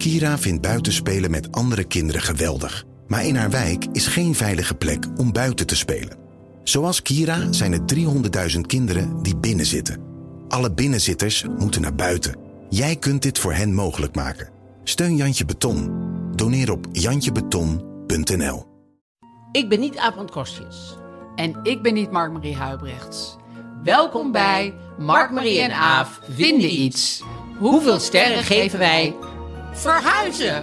Kira vindt buitenspelen met andere kinderen geweldig. Maar in haar wijk is geen veilige plek om buiten te spelen. Zoals Kira zijn er 300.000 kinderen die binnenzitten. Alle binnenzitters moeten naar buiten. Jij kunt dit voor hen mogelijk maken. Steun Jantje Beton. Doneer op jantjebeton.nl. Ik ben niet Aaf Kostjes. En ik ben niet Mark-Marie Huibrechts. Welkom bij Mark-Marie en Aaf vinden iets. Hoeveel sterren geven wij? Verhuizen!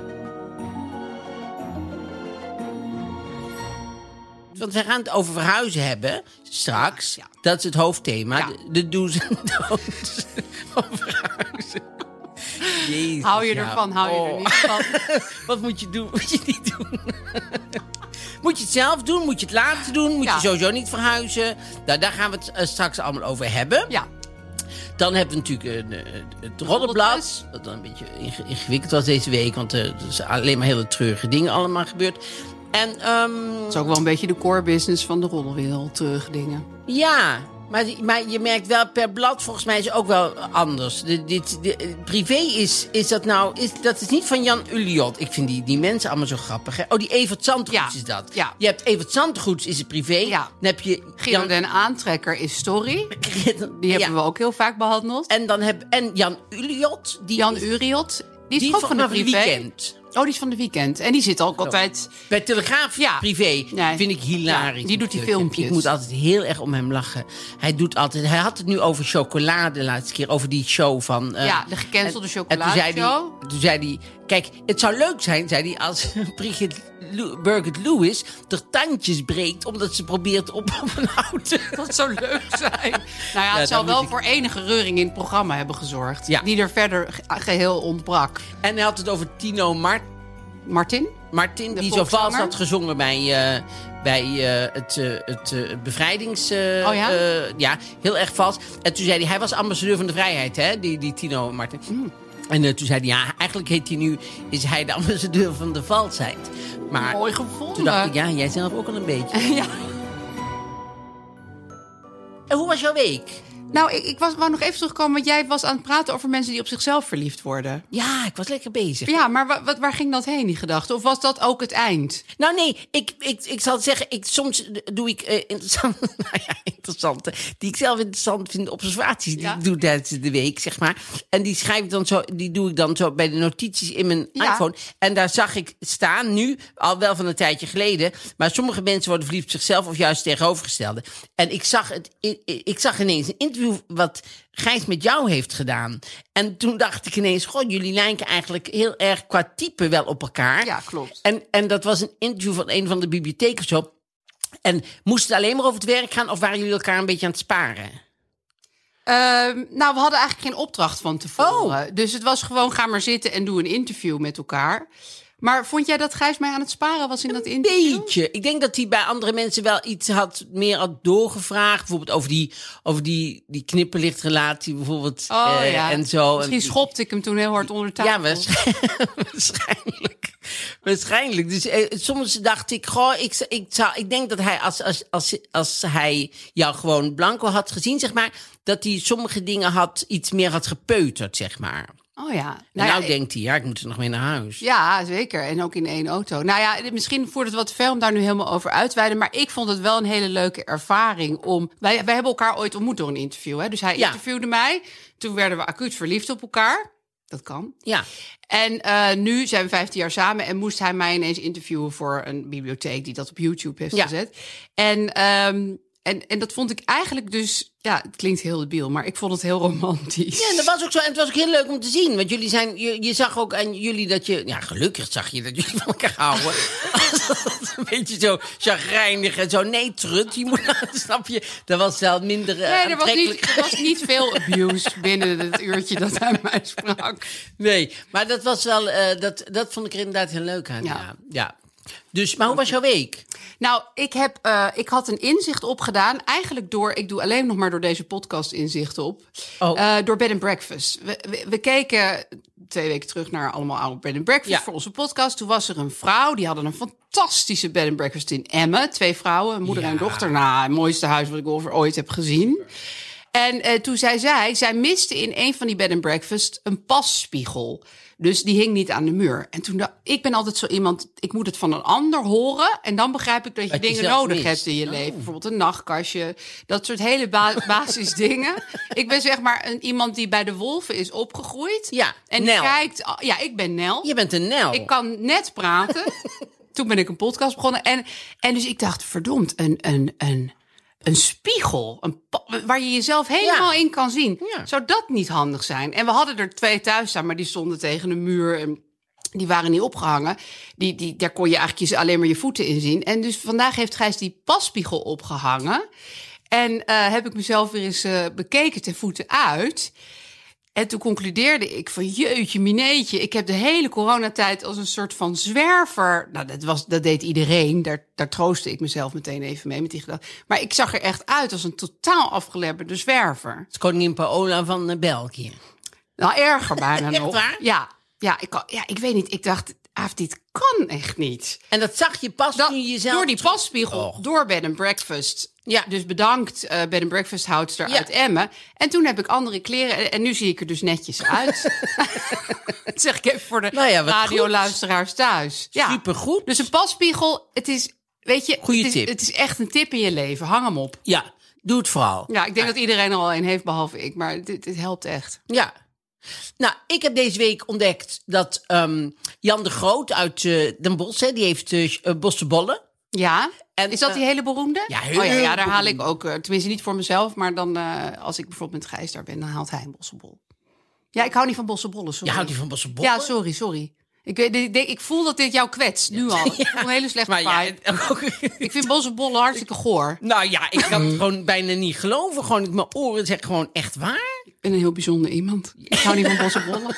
Want wij gaan het over verhuizen hebben straks. Ja. Dat is het hoofdthema. Ja. De do's en don'ts van verhuizen. Jezus, Hou je ervan, hou je er niet van. Wat moet je doen, moet je niet doen? Moet je het zelf doen? Moet je het laten doen? Moet je sowieso niet verhuizen? Nou, daar gaan we het straks allemaal over hebben. Ja. Dan hebben we natuurlijk het Roddelblad. Wat dan een beetje ingewikkeld was deze week. Want er zijn alleen maar hele treurige dingen allemaal gebeurd. En, Het is ook wel een beetje de core business van de roddelwereld, dingen. ja, maar je merkt wel per blad, volgens mij is het ook wel anders. Privé is dat nou, dat is niet van Jan Uliot. Ik vind die mensen allemaal zo grappig. Hè? Oh, die Evert Zandgoeds is dat. Ja. Je hebt Evert Zandgoeds, is het privé. Ja. Dan heb je Jan den Aantrekker is story. Die hebben we ook heel vaak behandeld. En Jan Uliot. Jan Uriot. Die is ook van de privé. Weekend. Oh, die is van de Weekend. En die zit ook altijd... Bij Telegraaf privé vind ik hilarisch. Ja, die doet die filmpjes. Ik moet altijd heel erg om hem lachen. Hij had het nu over chocolade de laatste keer. Over die show van... de gecancelde chocoladeshow. Toen zei hij... Kijk, het zou leuk zijn, zei hij, als Birgit Lewis er tandjes breekt omdat ze probeert op een auto. Dat zou leuk zijn. Nou ja, het zou wel voor enige reuring in het programma hebben gezorgd. Ja. Die er verder geheel ontbrak. En hij had het over Tino Martin, die zo vals had gezongen bij het bevrijdings... heel erg vals. En toen zei hij was ambassadeur van de vrijheid, hè, die Tino Martin. En toen zei hij, eigenlijk is hij de ambassadeur van de valsheid. Maar mooi gevonden. Toen dacht ik, jij zelf ook al een beetje. Ja. En hoe was jouw week? Nou, ik wou nog even terugkomen, want jij was aan het praten over mensen die op zichzelf verliefd worden. Ja, ik was lekker bezig. Ja, maar waar ging dat heen, die gedachte? Of was dat ook het eind? Nou nee, ik zal het zeggen, soms doe ik interessante, die ik zelf interessant vind, observaties die ik doe tijdens de week, zeg maar. En die schrijf ik dan zo, die doe ik dan zo bij de notities in mijn iPhone. En daar zag ik staan nu, al wel van een tijdje geleden, maar sommige mensen worden verliefd op zichzelf of juist tegenovergestelde. En ik zag ineens een interview wat Gijs met jou heeft gedaan. En toen dacht ik ineens, jullie lijken eigenlijk heel erg qua type wel op elkaar. Ja, klopt. En dat was een interview van een van de bibliotheken of zo. En moest het alleen maar over het werk gaan of waren jullie elkaar een beetje aan het sparen? Nou, we hadden eigenlijk geen opdracht van tevoren. Dus het was gewoon, ga maar zitten en doe een interview met elkaar. Maar vond jij dat Gijs mij aan het sparen was in dat interview? Een beetje. Ik denk dat hij bij andere mensen wel iets meer had doorgevraagd. Bijvoorbeeld over die knipperlichtrelatie bijvoorbeeld. En zo. Misschien schopte ik hem toen heel hard onder de tafel. Ja, waarschijnlijk. Dus soms dacht ik, ik denk dat hij als hij jou gewoon blanco had gezien, zeg maar, dat hij sommige dingen iets meer had gepeuterd, zeg maar. Oh ja. Nou denkt hij, ik moet er nog mee naar huis. Ja, zeker. En ook in één auto. Nou ja, misschien voert het wat ver om daar nu helemaal over uit te wijden. Maar ik vond het wel een hele leuke ervaring om... Wij hebben elkaar ooit ontmoet door een interview. Hè? Dus hij interviewde mij. Toen werden we acuut verliefd op elkaar. Dat kan. Ja. En nu zijn we 15 jaar samen en moest hij mij ineens interviewen voor een bibliotheek die dat op YouTube heeft gezet. En dat vond ik eigenlijk dus... Ja, het klinkt heel debiel, maar ik vond het heel romantisch. Ja, en dat was ook zo. En het was ook heel leuk om te zien. Want jullie zijn... Je zag ook aan jullie dat je... Ja, gelukkig zag je dat jullie van elkaar houden. Een beetje zo chagrijnig en zo. Nee, trut, je moet... Snap je? Dat was wel minder er was niet veel abuse binnen het uurtje dat hij mij sprak. Nee, maar dat was wel... Dat vond ik er inderdaad heel leuk aan. Ja. Dus, maar hoe was jouw week? Nou, ik had een inzicht opgedaan. Eigenlijk ik doe alleen nog maar door deze podcast inzichten op. Door Bed and Breakfast. We keken 2 weken terug naar allemaal oude Bed and Breakfast voor onze podcast. Toen was er een vrouw, die hadden een fantastische Bed and Breakfast in Emmen. 2 vrouwen, moeder en dochter. Nou, het mooiste huis wat ik ooit heb gezien. En toen zei zij miste in een van die bed and breakfast een passpiegel. Dus die hing niet aan de muur. En toen dacht ik ben altijd zo iemand, ik moet het van een ander horen. En dan begrijp ik dat je dingen nodig hebt in je leven. Bijvoorbeeld een nachtkastje. Dat soort hele basisdingen. Ik ben zeg maar iemand die bij de wolven is opgegroeid. Ja, en Nel. die kijkt. Ja, ik ben Nel. Je bent een Nel. Ik kan net praten. Toen ben ik een podcast begonnen. En dus ik dacht, verdomd, een spiegel, waar je jezelf helemaal in kan zien. Ja. Zou dat niet handig zijn? En we hadden er 2 thuis staan, maar die stonden tegen de muur en die waren niet opgehangen. Daar kon je eigenlijk alleen maar je voeten in zien. En dus vandaag heeft Gijs die passpiegel opgehangen. En heb ik mezelf weer eens bekeken ten voeten uit. En toen concludeerde ik van jeetje mineetje. Ik heb de hele coronatijd als een soort van zwerver. Nou, dat deed iedereen. Daar troostte ik mezelf meteen even mee met die gedachte. Maar ik zag er echt uit als een totaal afgelebberde zwerver. Het is koningin Paola van België. Nou, erger bijna nog. Echt waar? Ja, ik weet niet. Ik dacht, dit kan echt niet. En dat zag je pas toen je jezelf... Door die passpiegel, door bed and breakfast. Ja, dus bedankt bed and breakfast houdster uit Emmen. En toen heb ik andere kleren en nu zie ik er dus netjes uit. Dat zeg ik even voor de radioluisteraars thuis. Ja. Supergoed. Dus een passpiegel, het is, weet je, tip. Het is echt een tip in je leven. Hang hem op. Ja, doe het vooral. Ja, ik denk dat iedereen er al een heeft, behalve ik. Maar dit helpt echt. Ja. Nou, ik heb deze week ontdekt dat Jan de Groot uit Den Bosch, die heeft bossenbollen. Ja, en is dat die hele beroemde? Ja, daar haal ik ook, tenminste niet voor mezelf, maar dan als ik bijvoorbeeld met Gijs daar ben, dan haalt hij een bossenbol. Ja, ik hou niet van bossenbollen, sorry. Je houdt niet van bossenbollen? Ja, sorry. Ik voel dat dit jou kwetst, nu al. Ik voel een hele slechte vibe. Ik vind bossenbollen hartstikke goor. Nou ja, ik kan het gewoon bijna niet geloven. Gewoon, mijn oren zeggen gewoon echt waar. Ik ben een heel bijzonder iemand. Ik hou niet van bossenbollen.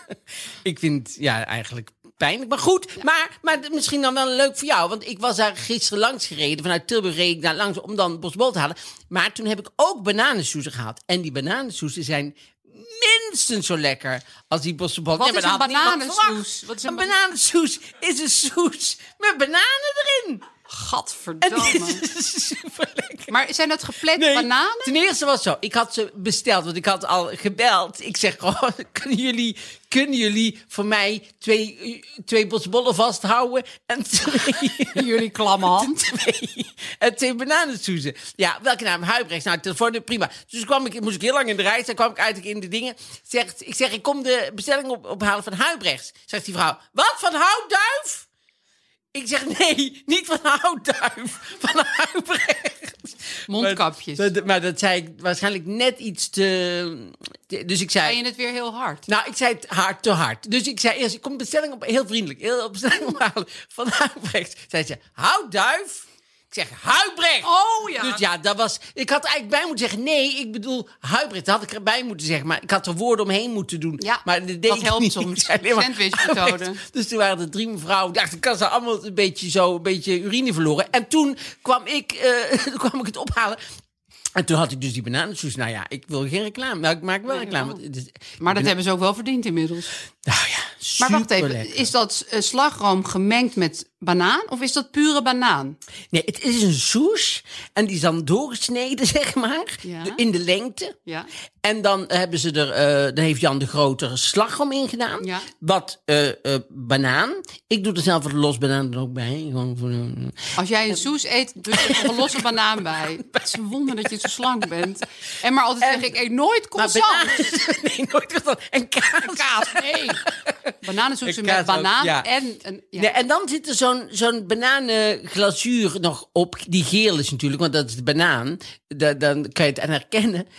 Ik vind eigenlijk pijnlijk. Maar goed, maar misschien dan wel leuk voor jou. Want ik was daar gisteren langs gereden. Vanuit Tilburg reed ik daar langs om dan bosbol te halen. Maar toen heb ik ook bananensoezen gehad. En die bananensoezen zijn minstens zo lekker als die bossenbollen. Wat is een bananensoes? Een bananensoes is een soes met bananen erin. Gadverdamme. Super lekker. Maar zijn dat geplette bananen? Ten eerste was het zo. Ik had ze besteld, want ik had al gebeld. Ik zeg gewoon, kunnen jullie voor mij twee bosbollen vasthouden? En 2... Jullie klamme hand. 2 bananensoezen. Ja, welke naam? Huibrechts. Nou, telefoon, prima. Dus moest ik heel lang in de rij staan. Kwam ik uit in de dingen. Ik zeg, ik kom de bestelling ophalen van Huibrechts. Zegt die vrouw, wat, van Houtduif? Ik zeg, nee, niet van Houtduif, van Huibrechts. Mondkapjes. Maar dat zei ik waarschijnlijk net iets te... Dus ik zei... Zei je het weer heel hard? Nou, ik zei het te hard. Dus ik zei eerst, ik kom de bestelling op, heel vriendelijk, heel bestelling ophalen van Huibrechts. Zei ze, Houtduif? Ik zeg, Huibrechts. Oh ja. Dus ja, dat was... Ik had er eigenlijk bij moeten zeggen, nee, ik bedoel Huibrechts. Dat had ik erbij moeten zeggen, maar ik had er woorden omheen moeten doen. Ja, maar dat helpt soms. Sandwichmethode. Dus toen waren er 3 mevrouwen. Ik dacht, ik kan ze allemaal een beetje urine verloren. En toen kwam ik het ophalen. En toen had ik dus die bananensoes. Nou ja, ik wil geen reclame. Nou, ik maak wel reclame. Maar dat hebben ze ook wel verdiend inmiddels. Nou ja, maar wacht even, is dat slagroom gemengd met banaan of is dat pure banaan? Nee, het is een soes en die is dan doorgesneden, zeg maar, in de lengte. Ja. En dan hebben ze dan heeft Jan de Grote slagroom in gedaan. Ja. Wat banaan. Ik doe er zelf wat los banaan er ook bij. Gewoon voor, als jij een soes eet, doe je er een losse banaan bij. Het is een wonder dat je zo slank bent. En maar altijd zeg ik, eet nooit croissant. Nee, nooit croissant. En kaas. Nee. Bananensoes met banaan en... Nee, en dan zit er zo'n bananenglazuur nog op. Die geel is natuurlijk, want dat is de banaan. Dan kan je het aan herkennen.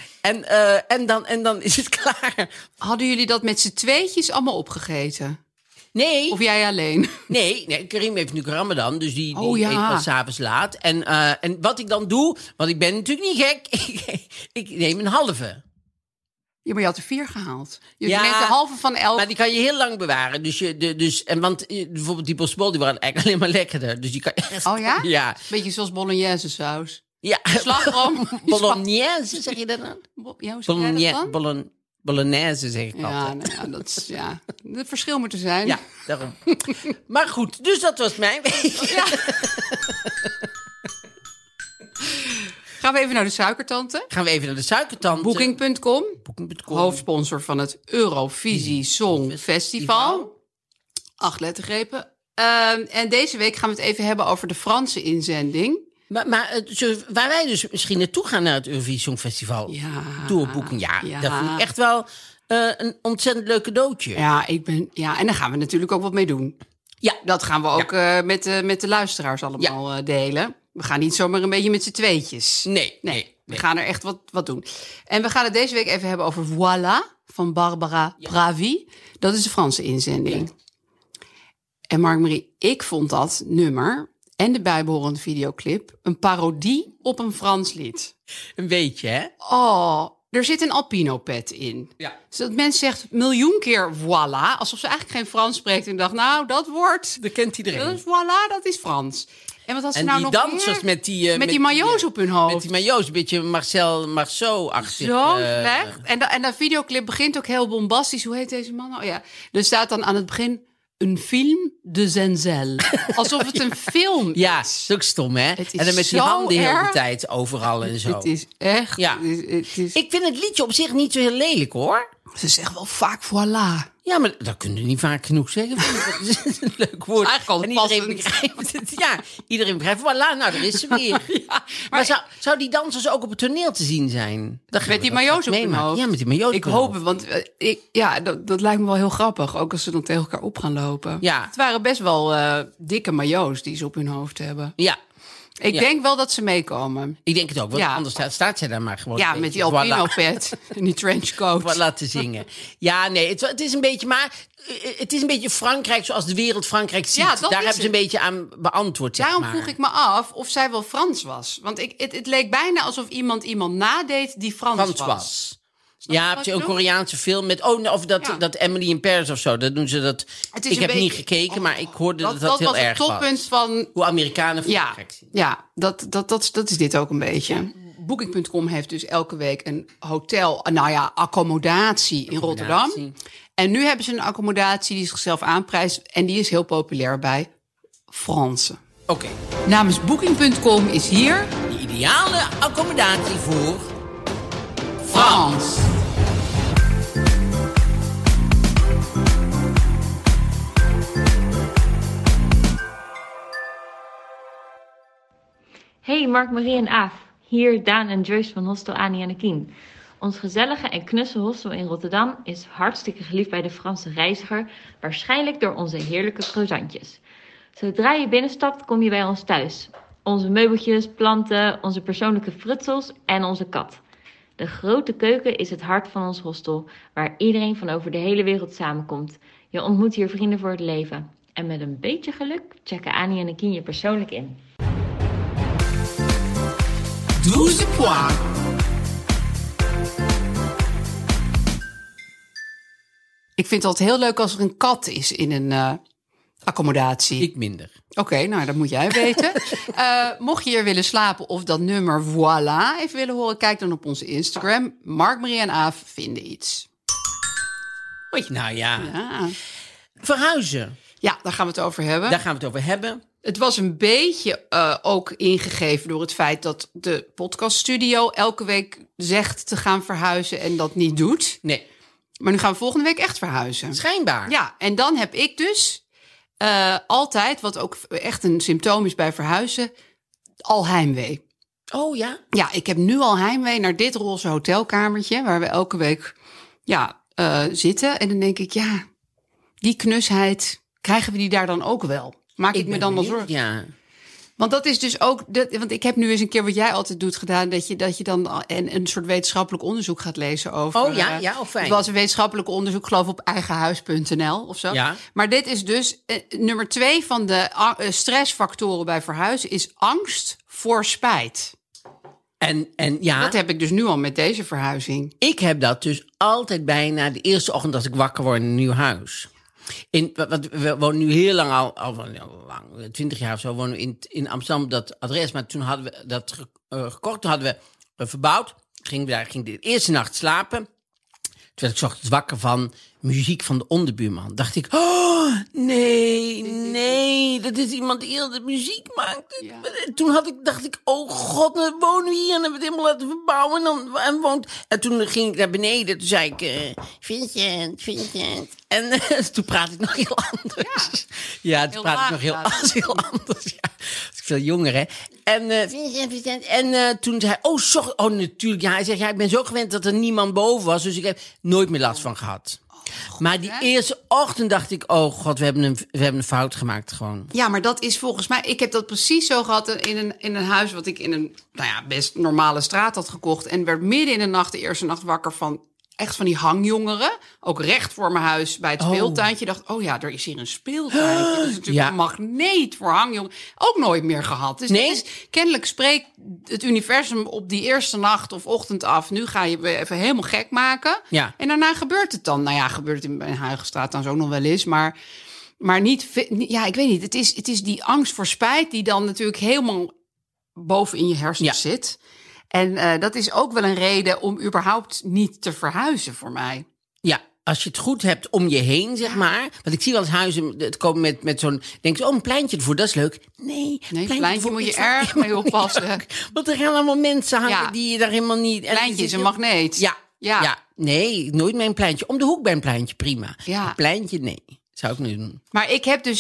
En dan is het klaar. Hadden jullie dat met z'n tweetjes allemaal opgegeten? Nee. Of jij alleen? Nee, Karim heeft nu Ramadan, dus die eet pas 's avonds laat. En wat ik dan doe, want ik ben natuurlijk niet gek, ik neem een halve. Ja, maar je had er 4 gehaald. Je neemt de halve van elk. Maar die kan je heel lang bewaren. Want bijvoorbeeld die bosbol, die waren eigenlijk alleen maar lekkerder. Dus die kan echt... Oh ja? Ja. Beetje zoals bolognese saus. Ja. Slagroom. Bolognese, zeg je dat dan? Ja, hoe zeg jij dat dan? Bolognese, zeg ik altijd. Nou, dat is het verschil moet er zijn. Ja, daarom. Maar goed, dus dat was mijn week. Ja. Gaan we even naar de suikertante. Booking.com. Hoofdsponsor van het Eurovisie Songfestival. 8 lettergrepen. En deze week gaan we het even hebben over de Franse inzending. Maar waar wij dus misschien naartoe gaan naar het Eurovisie Songfestival. Doorbooking. Dat vind ik echt wel een ontzettend leuk cadeautje. En daar gaan we natuurlijk ook wat mee doen. Ja, dat gaan we ook met de luisteraars allemaal delen. We gaan niet zomaar een beetje met z'n tweetjes. Nee. We gaan er echt wat doen. En we gaan het deze week even hebben over Voilà van Barbara Pravi. Dat is de Franse inzending. Ja. En Mark-Marie, ik vond dat nummer en de bijbehorende videoclip een parodie op een Frans lied. Een beetje, hè? Oh, er zit een Alpino-pet in. Ja. Dus dat mens zegt miljoen keer voilà, alsof ze eigenlijk geen Frans spreekt. En dacht, nou, dat woord... Dat kent iedereen. Dat is voilà, dat is Frans. En wat had ze nou nog die dansers met die majo's op hun hoofd. Met die majo's, een beetje Marcel Marceau-achtig. Zo slecht. En de videoclip begint ook heel bombastisch. Hoe heet deze man? Oh ja. Er staat dan aan het begin... Een film de Zenzel. Alsof het een film is. Ja, dat is ook stom, hè? En dan met die handen de hele tijd overal en zo. Het is echt... Ja. Ik vind het liedje op zich niet zo heel lelijk, hoor. Ze zeggen wel vaak voilà. Ja, maar dat kunnen we niet vaak genoeg zeggen. Dat is een leuk woord. Eigenlijk al iedereen begrijpt het. Ja, iedereen begrijpt. Voilà, nou, daar is ze weer. Maar zou die dansers ook op het toneel te zien zijn? Met die majo's op hun hoofd? Ja, met die majo's. Ik hoop het, want dat lijkt me wel heel grappig. Ook als ze dan tegen elkaar op gaan lopen. Ja. Het waren best wel dikke majo's die ze op hun hoofd hebben. Ja. Ik denk wel dat ze meekomen. Ik denk het ook, want anders staat zij daar maar gewoon. Ja, met die Alpino-pet en die trenchcoat. Wat laten zingen. Ja, nee, het is een beetje... Maar het is een beetje Frankrijk zoals de wereld Frankrijk ziet. Ja, daar hebben ze een beetje aan beantwoord, Daarom vroeg ik me af of zij wel Frans was. Want het leek bijna alsof iemand nadeed die Frans was. Ja, heb je een Koreaanse film met... dat Emily in Paris of zo. Dat doen ze dat... Ik heb niet gekeken, maar ik hoorde dat heel erg was. Dat was het toppunt van... Hoe Amerikanen Frankrijk zien. Ja, dat is dit ook een beetje. Ja. Booking.com heeft dus elke week een hotel... accommodatie in Rotterdam. En nu hebben ze een accommodatie die zichzelf aanprijst. En die is heel populair bij Fransen. Oké. Namens Booking.com is hier... de ideale accommodatie voor... Frans. Hey Mark, Marie en Aaf. Hier Daan en Joyce van Hostel Annie en de Kien. Ons gezellige en knusse hostel in Rotterdam is hartstikke geliefd bij de Franse reiziger. Waarschijnlijk door onze heerlijke croissantjes. Zodra je binnenstapt kom je bij ons thuis. Onze meubeltjes, planten, onze persoonlijke frutsels en onze kat. De grote keuken is het hart van ons hostel, waar iedereen van over de hele wereld samenkomt. Je ontmoet hier vrienden voor het leven. En met een beetje geluk checken Annie en de Kien je persoonlijk in. 12 points. Ik vind het altijd heel leuk als er een kat is in een accommodatie. Ik minder. Oké, nou, dat moet jij weten. Mocht je hier willen slapen of dat nummer Voilà even willen horen... kijk dan op onze Instagram. Mark, Marie en Aaf vinden iets. Oei, nou ja. Verhuizen. Ja, daar gaan we het over hebben. Het was een beetje ook ingegeven door het feit dat de podcaststudio... elke week zegt te gaan verhuizen en dat niet doet. Nee. Maar nu gaan we volgende week echt verhuizen. Schijnbaar. Ja, en dan heb ik dus... altijd, wat ook echt een symptoom is bij verhuizen, al heimwee. Oh ja? Ja, ik heb nu al heimwee naar dit roze hotelkamertje... waar we elke week zitten. En dan denk ik, die knusheid, krijgen we die daar dan ook wel? Maak ik me dan wel zorgen? Ja. Want dat is dus ook... want ik heb nu eens een keer wat jij altijd doet gedaan... dat je dan een soort wetenschappelijk onderzoek gaat lezen over... Oh ja, fijn. Het was een wetenschappelijk onderzoek, geloof ik, op eigenhuis.nl of zo. Ja. Maar dit is dus... nummer 2 van de stressfactoren bij verhuizen... is angst voor spijt. En ja... Dat heb ik dus nu al met deze verhuizing. Ik heb dat dus altijd bijna de eerste ochtend als ik wakker word in een nieuw huis... We wonen nu heel lang, al 20 jaar of zo, wonen we in Amsterdam, dat adres. Maar toen hadden we dat gekocht, toen hadden we verbouwd. Ging de eerste nacht slapen. Toen werd ik 's ochtends wakker van, muziek van de onderbuurman. Dacht ik, oh, nee, dat is iemand die heel de muziek maakt. Ja. Toen dacht ik, oh god, dan wonen we hier en hebben we het helemaal laten verbouwen. En toen ging ik naar beneden, toen zei ik, Vincent. En toen praat ik nog heel anders. Ja, toen praat ik nog heel anders. Ja. Ik veel jonger, hè. En Vincent. En toen zei hij, oh, sorry. Oh, natuurlijk. Ja, hij zegt, ik ben zo gewend dat er niemand boven was. Dus ik heb nooit meer last van gehad. God, maar die eerste ochtend dacht ik, oh god, we hebben een fout gemaakt gewoon. Ja, maar dat is volgens mij, ik heb dat precies zo gehad in een huis wat ik in een best normale straat had gekocht. En werd midden in de nacht, de eerste nacht wakker van echt van die hangjongeren. Ook recht voor mijn huis bij het speeltuintje. Dacht, oh ja, er is hier een speeltuintje. Dat is natuurlijk een magneet voor hangjongeren. Ook nooit meer gehad. Dus nee? Kennelijk spreekt het universum op die eerste nacht of ochtend af. Nu ga je even helemaal gek maken. Ja. En daarna gebeurt het dan. Nou ja, gebeurt het in mijn Huigenstraat dan zo nog wel eens. Maar niet, ja, ik weet niet. Het is die angst voor spijt die dan natuurlijk helemaal boven in je hersenen zit. En dat is ook wel een reden om überhaupt niet te verhuizen voor mij. Ja, als je het goed hebt om je heen, zeg maar. Want ik zie wel eens huizen, het komen met zo'n... Denk je, een pleintje ervoor, dat is leuk. Nee, pleintje moet je erg mee oppassen. Want er gaan allemaal mensen hangen die je daar helemaal niet... Pleintje is een magneet. Ja. Nee, nooit mijn pleintje. Om de hoek bij een pleintje, prima. Ja. Een pleintje, nee. Zou ik nu doen. Maar ik heb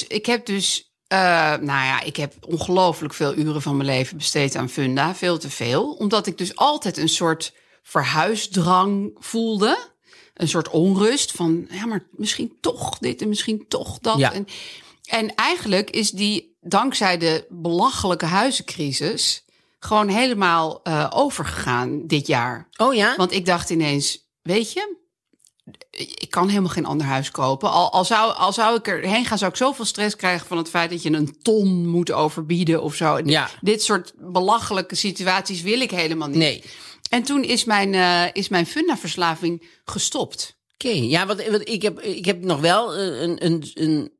ongelooflijk veel uren van mijn leven besteed aan Funda. Veel te veel. Omdat ik dus altijd een soort verhuisdrang voelde. Een soort onrust van, ja, maar misschien toch dit en misschien toch dat. Ja. En eigenlijk is die, dankzij de belachelijke huizencrisis, gewoon helemaal overgegaan dit jaar. Oh ja? Want ik dacht ineens, weet je, ik kan helemaal geen ander huis kopen. Al zou ik erheen gaan, zou ik zoveel stress krijgen van het feit dat je een ton moet overbieden of zo. Ja. Dit soort belachelijke situaties wil ik helemaal niet. Nee. En toen is mijn Funda-verslaving gestopt. Oké, ja, want ik heb nog wel een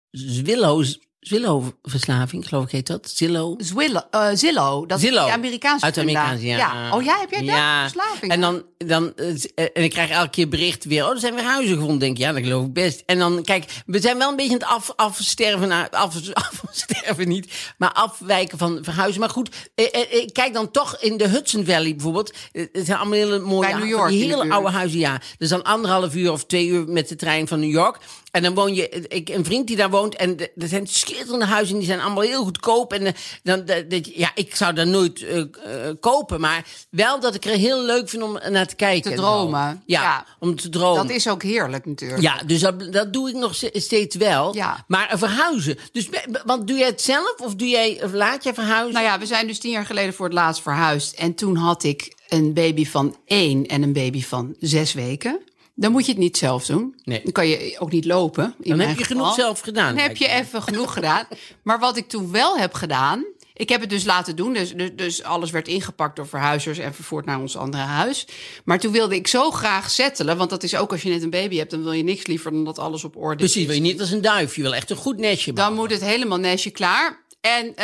Zwillo-verslaving, geloof ik heet dat. Zillow. Dat is de Amerikaanse. Uit de Amerikaanse, ja. Oh ja, heb jij daar verslaving? En ik krijg elke keer bericht weer, er zijn weer huizen gevonden. Denk ik, ja, dat geloof ik best. En dan, kijk, we zijn wel een beetje aan het afsterven niet, maar afwijken van verhuizen. Maar goed, kijk dan toch in de Hudson Valley bijvoorbeeld. Het zijn allemaal hele mooie, bij New York, die hele oude huizen, ja. Dus dan 1,5 uur of 2 uur met de trein van New York. En dan woon je, een vriend die daar woont, en er zijn schitterende huizen en die zijn allemaal heel goedkoop. En ik zou daar nooit kopen, maar wel dat ik er heel leuk vind om naar te kijken. Te dromen. Ja, om te dromen. Dat is ook heerlijk natuurlijk. Ja, dus dat doe ik nog steeds wel. Ja. Maar verhuizen. Dus, want doe jij het zelf of laat jij verhuizen? Nou ja, we zijn dus 10 jaar geleden voor het laatst verhuisd. En toen had ik een baby van 1 en een baby van 6 weken. Dan moet je het niet zelf doen. Nee. Dan kan je ook niet lopen. Dan heb je genoeg zelf gedaan. Dan heb je even genoeg gedaan. Maar wat ik toen wel heb gedaan, ik heb het dus laten doen. Dus alles werd ingepakt door verhuizers en vervoerd naar ons andere huis. Maar toen wilde ik zo graag settelen. Want dat is ook als je net een baby hebt, dan wil je niks liever dan dat alles op orde is. Precies, wil je niet als een duif. Je wil echt een goed nestje bouwen. Dan moet het helemaal nestje klaar. En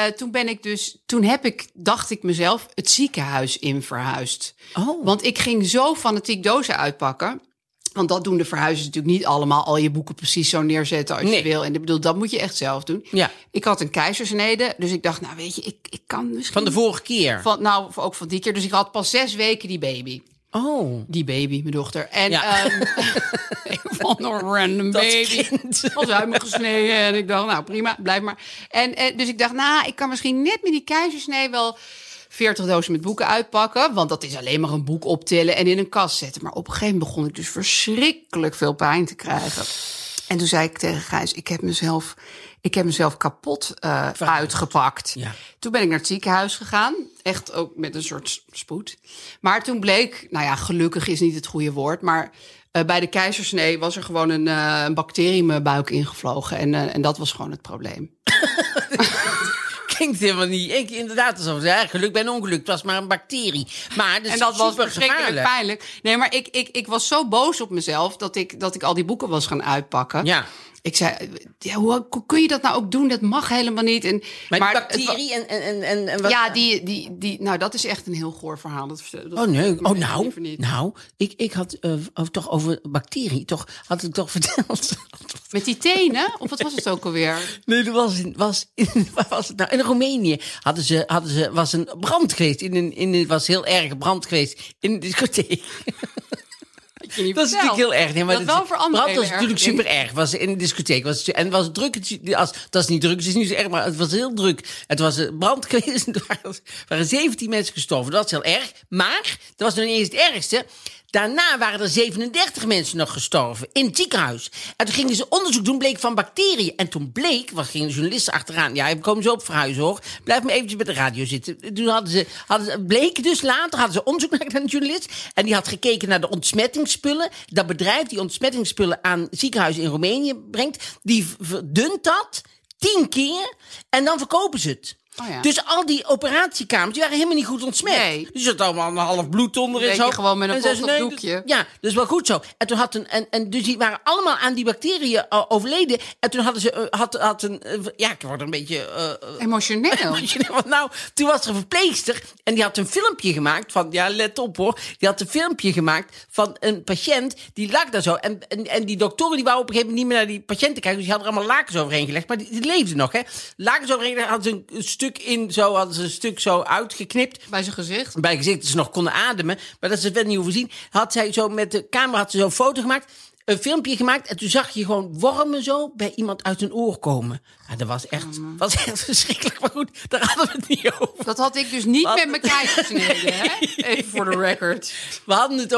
dacht ik mezelf, het ziekenhuis in verhuisd. Oh. Want ik ging zo fanatiek dozen uitpakken. Want dat doen de verhuizers natuurlijk niet allemaal. Al je boeken precies zo neerzetten als je wil. En ik bedoel, dat moet je echt zelf doen. Ja. Ik had een keizersnede. Dus ik dacht, nou weet je, ik kan misschien... Van de vorige keer? Ook van die keer. Dus ik had pas 6 weken die baby. Oh. Die baby, mijn dochter. En ik vond een random baby. Was uit me gesneden. En ik dacht, nou prima, blijf maar. En dus ik dacht, ik kan misschien net met die keizersnee wel 40 dozen met boeken uitpakken. Want dat is alleen maar een boek optillen en in een kast zetten. Maar op een gegeven moment begon ik dus verschrikkelijk veel pijn te krijgen. En toen zei ik tegen Gijs, ik heb mezelf kapot uitgepakt. Ja. Toen ben ik naar het ziekenhuis gegaan. Echt ook met een soort spoed. Maar toen bleek, gelukkig is niet het goede woord, maar bij de keizersnee was er gewoon een bacterie in mijn buik ingevlogen. En dat was gewoon het probleem. Klinkt helemaal niet. Inderdaad, alsof het geluk bij een ongeluk. Het was maar een bacterie. Maar en dat was verschrikkelijk pijnlijk. Nee, maar ik was zo boos op mezelf dat ik al die boeken was gaan uitpakken. Ja. Ik zei, hoe kun je dat nou ook doen? Dat mag helemaal niet. Maar die bacterie en wat? Ja, nou, dat is echt een heel goor verhaal. Dat Ik had toch over bacterie, had ik toch verteld. Met die tenen? Of wat was het ook alweer? Nee, dat was het nou? In Roemenië was een brand geweest. Was heel erg brand geweest in de discotheek. Dat is natuurlijk heel erg. Nee, maar dat voor anderen brand was natuurlijk super erg. Was in de discotheek. En was druk. Dat is niet druk, het is niet zo erg, maar het was heel druk. Het was een brand geweest. Er waren 17 mensen gestorven. Dat is heel erg. Maar dat was nog niet eens het ergste. Daarna waren er 37 mensen nog gestorven in het ziekenhuis. En toen gingen ze onderzoek doen, bleek van bacteriën. En toen gingen de journalisten achteraan. Ja, we komen zo op verhuizen, hoor. Blijf maar eventjes bij de radio zitten. Toen bleek dus later, hadden ze onderzoek naar een journalist. En die had gekeken naar de ontsmettingsspullen. Dat bedrijf die ontsmettingsspullen aan ziekenhuizen in Roemenië brengt, die verdunt dat 10 keer en dan verkopen ze het. Oh ja. Dus al die operatiekamers, die waren helemaal niet goed ontsmet. Nee. Dus er zat allemaal een half bloed onder en zo. Je gewoon met een vochtig doekje. Ja, dat is wel goed zo. En toen dus die waren allemaal aan die bacteriën overleden. En toen hadden ze ik word een beetje emotioneel. Want nou, toen was er een verpleegster en die had een filmpje gemaakt van, ja, let op hoor. Die had een filmpje gemaakt van een patiënt die lag daar zo. En die doktoren die waren op een gegeven moment niet meer naar die patiënten kijken. Dus die hadden er allemaal lakens overheen gelegd. Maar die leefden nog, hè. Lakens overheen gelegd, hadden ze hadden ze een stuk zo uitgeknipt. Bij zijn gezicht? Bij het gezicht, dat ze nog konden ademen. Maar dat ze het wel niet hoeven zien. Had zij zo met de camera een foto gemaakt. Een filmpje gemaakt. En toen zag je gewoon wormen zo bij iemand uit een oor komen. Ja, dat was echt verschrikkelijk. Maar goed, daar hadden we het niet over. Dat had ik dus niet met mijn kijkersneden, hè? Even voor de record. We hadden het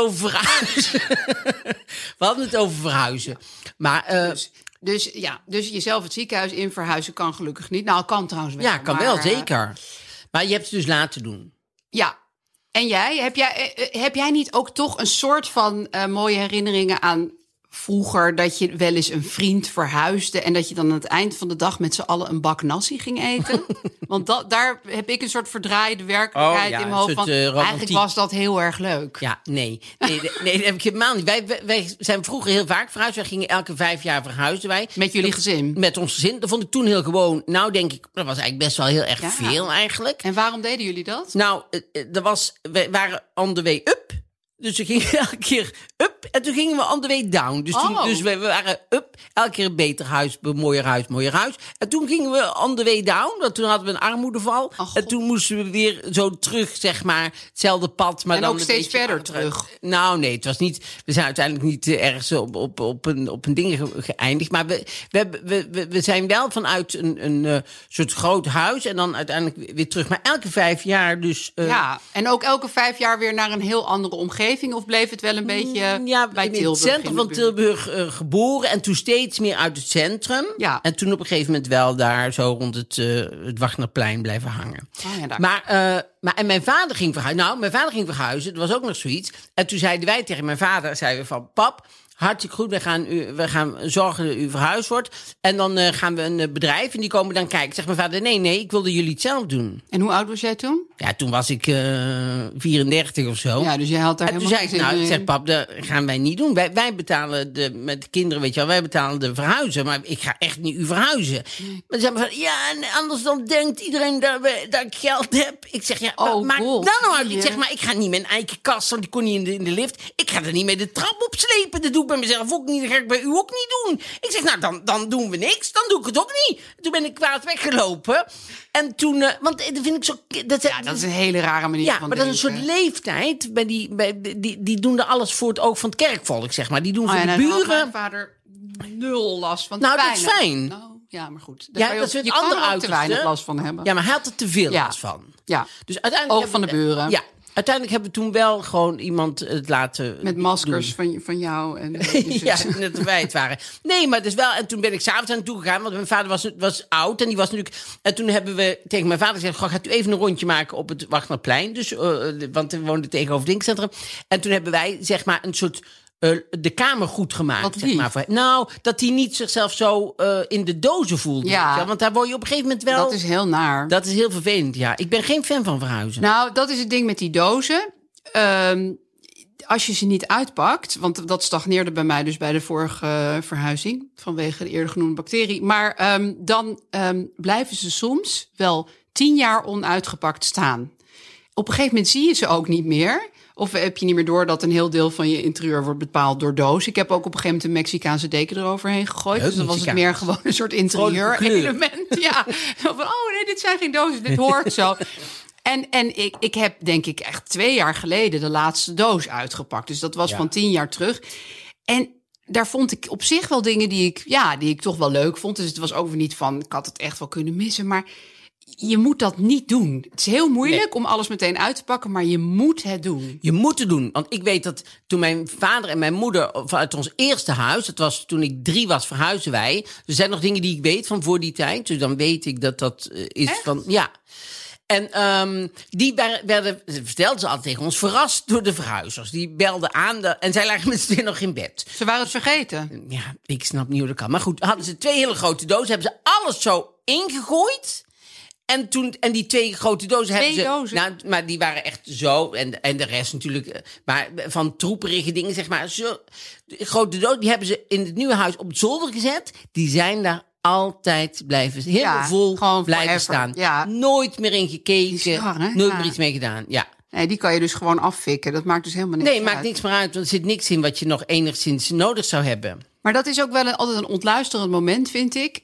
over verhuizen. Maar... Dus jezelf het ziekenhuis in verhuizen kan gelukkig niet. Nou, kan trouwens wel. Ja, kan wel, zeker. Maar je hebt het dus laten doen. Ja. En jij? Heb jij niet ook toch een soort van mooie herinneringen aan vroeger, dat je wel eens een vriend verhuisde en dat je dan aan het eind van de dag met z'n allen een bak nasi ging eten? Want daar heb ik een soort verdraaide werkelijkheid in mijn hoofd van. Eigenlijk was dat heel erg leuk. Ja, nee, dat heb ik helemaal niet. Wij zijn vroeger heel vaak verhuisd. Wij gingen elke 5 jaar verhuisden wij. Met jullie gezin? Met ons gezin. Dat vond ik toen heel gewoon. Nou, denk ik, dat was eigenlijk best wel heel erg veel eigenlijk. En waarom deden jullie dat? Nou, we waren on the way up. Dus we gingen elke keer up en toen gingen we on the way down. Dus we waren up, elke keer een beter huis, mooier huis. En toen gingen we on the way down, want toen hadden we een armoedeval. En toen moesten we weer zo terug, zeg maar, hetzelfde pad. Maar en dan ook steeds verder terug? Nou, nee, het was niet. We zijn uiteindelijk niet ergens op een ding geëindigd. Maar we zijn wel vanuit een soort groot huis en dan uiteindelijk weer terug. Maar elke 5 jaar dus... ja, en ook elke 5 jaar weer naar een heel andere omgeving? Of bleef het wel een beetje bij Tilburg? In het centrum van Tilburg geboren en toen steeds meer uit het centrum. Ja. En toen op een gegeven moment wel daar zo rond het Wagnerplein blijven hangen. Oh ja, maar mijn vader ging verhuizen. Nou, mijn vader ging verhuizen. Dat was ook nog zoiets. En toen zeiden wij tegen mijn vader, zeiden we van, pap, hartstikke goed, we gaan zorgen dat u verhuisd wordt. En dan gaan we een bedrijf en die komen dan kijken. Zegt mijn vader, nee, ik wilde jullie het zelf doen. En hoe oud was jij toen? Ja, toen was ik 34 of zo. Ja, dus jij had daar en toen zei ik, zeg pap, dat gaan wij niet doen. Wij betalen met de kinderen, weet je wel, wij betalen de verhuizen. Maar ik ga echt niet u verhuizen. Maar dan zei mijn vader, ja, en anders dan denkt iedereen dat ik geld heb. Ik zeg, ja, maak dan nou uit. Ik zeg, maar ik ga niet mijn eigen kast, want die kon niet in de lift. Ik ga er niet mee de trap opslepen. Dat doe ik bij mezelf ook niet. Dat ga ik bij u ook niet doen. Ik zeg, nou, dan doen we niks. Dan doe ik het ook niet. Toen ben ik kwaad weggelopen. En toen, want dat vind ik zo... Dat is een hele rare manier van denken. Maar dat is een soort leeftijd. Die doen er alles voor het oog van het kerkvolk, zeg maar. Die doen voor de buren. Mijn vader 0 last van. Nou, dat is fijn. Nou, ja, maar goed. Ja, dat is het andere uit te weinig last van hebben. Ja, maar hij had er te veel last van. Ja, dus uiteindelijk oog van de buren. Ja. Uiteindelijk hebben we toen wel gewoon iemand het laten met maskers van jou. En, ja, dat wij het waren. Nee, maar het is wel... En toen ben ik s'avonds aan toe gegaan, want mijn vader was oud. En die was natuurlijk... En toen hebben we tegen mijn vader gezegd, gaat u even een rondje maken op het Wagnerplein. Dus, want we woonden tegenover het Dinkcentrum. En toen hebben wij, zeg maar, een soort... de kamer goed gemaakt. Zeg maar. Nou, dat hij niet zichzelf zo in de dozen voelde. Ja. Want daar word je op een gegeven moment wel... Dat is heel naar. Dat is heel vervelend, ja. Ik ben geen fan van verhuizen. Nou, dat is het ding met die dozen. als je ze niet uitpakt, want dat stagneerde bij mij dus bij de vorige verhuizing vanwege de eerder genoemde bacterie. Maar dan blijven ze soms wel 10 jaar onuitgepakt staan. Op een gegeven moment zie je ze ook niet meer. Of heb je niet meer door dat een heel deel van je interieur wordt bepaald door doos. Ik heb ook op een gegeven moment een Mexicaanse deken eroverheen gegooid. Dus dan was het meer gewoon een soort interieur-element. Ja, van nee, dit zijn geen dozen, dit hoort zo. En ik heb denk ik echt 2 jaar geleden de laatste doos uitgepakt. Dus dat was van 10 jaar terug. En daar vond ik op zich wel dingen die ik toch wel leuk vond. Dus het was ook weer niet van, ik had het echt wel kunnen missen. Maar je moet dat niet doen. Het is heel moeilijk om alles meteen uit te pakken, maar je moet het doen. Je moet het doen. Want ik weet dat toen mijn vader en mijn moeder vanuit ons eerste huis, dat was toen ik 3 was, verhuizen wij. Er zijn nog dingen die ik weet van voor die tijd. Dus dan weet ik dat is echt? Van, ja. En die vertelden ze altijd tegen ons, verrast door de verhuizers. Die belden aan en zij lagen met z'n tweeën nog in bed. Ze waren het vergeten. Ja, ik snap niet hoe dat kan. Maar goed, hadden ze 2 hele grote dozen, hebben ze alles zo ingegooid. En die 2 grote dozen hebben ze... dozen? Nou, maar die waren echt zo. En de rest natuurlijk. Maar van troeperige dingen, zeg maar. Zo, de grote dozen, die hebben ze in het nieuwe huis op het zolder gezet. Die zijn daar altijd blijven. Helemaal vol blijven forever staan. Ja. Nooit meer in gekeken. Bizar, nooit meer iets mee gedaan. Ja. Nee, die kan je dus gewoon afvikken. Dat maakt dus helemaal niks uit. Nee, maakt niks meer uit. Want er zit niks in wat je nog enigszins nodig zou hebben. Maar dat is ook wel altijd een ontluisterend moment, vind ik.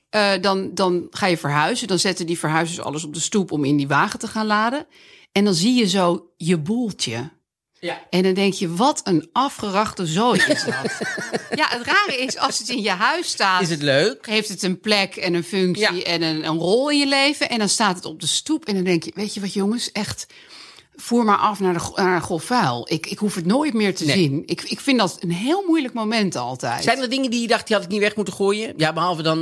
Dan ga je verhuizen. Dan zetten die verhuizers alles op de stoep om in die wagen te gaan laden. En dan zie je zo je boeltje. Ja. En dan denk je, wat een afgerachte zooi is dat. Ja, het rare is, als het in je huis staat... Is het leuk? Heeft het een plek en een functie en een rol in je leven. En dan staat het op de stoep. En dan denk je, weet je wat jongens, echt... Voer maar af naar grof vuil. Ik hoef het nooit meer te zien. Ik vind dat een heel moeilijk moment altijd. Zijn er dingen die je dacht, die had ik niet weg moeten gooien? Ja, behalve dan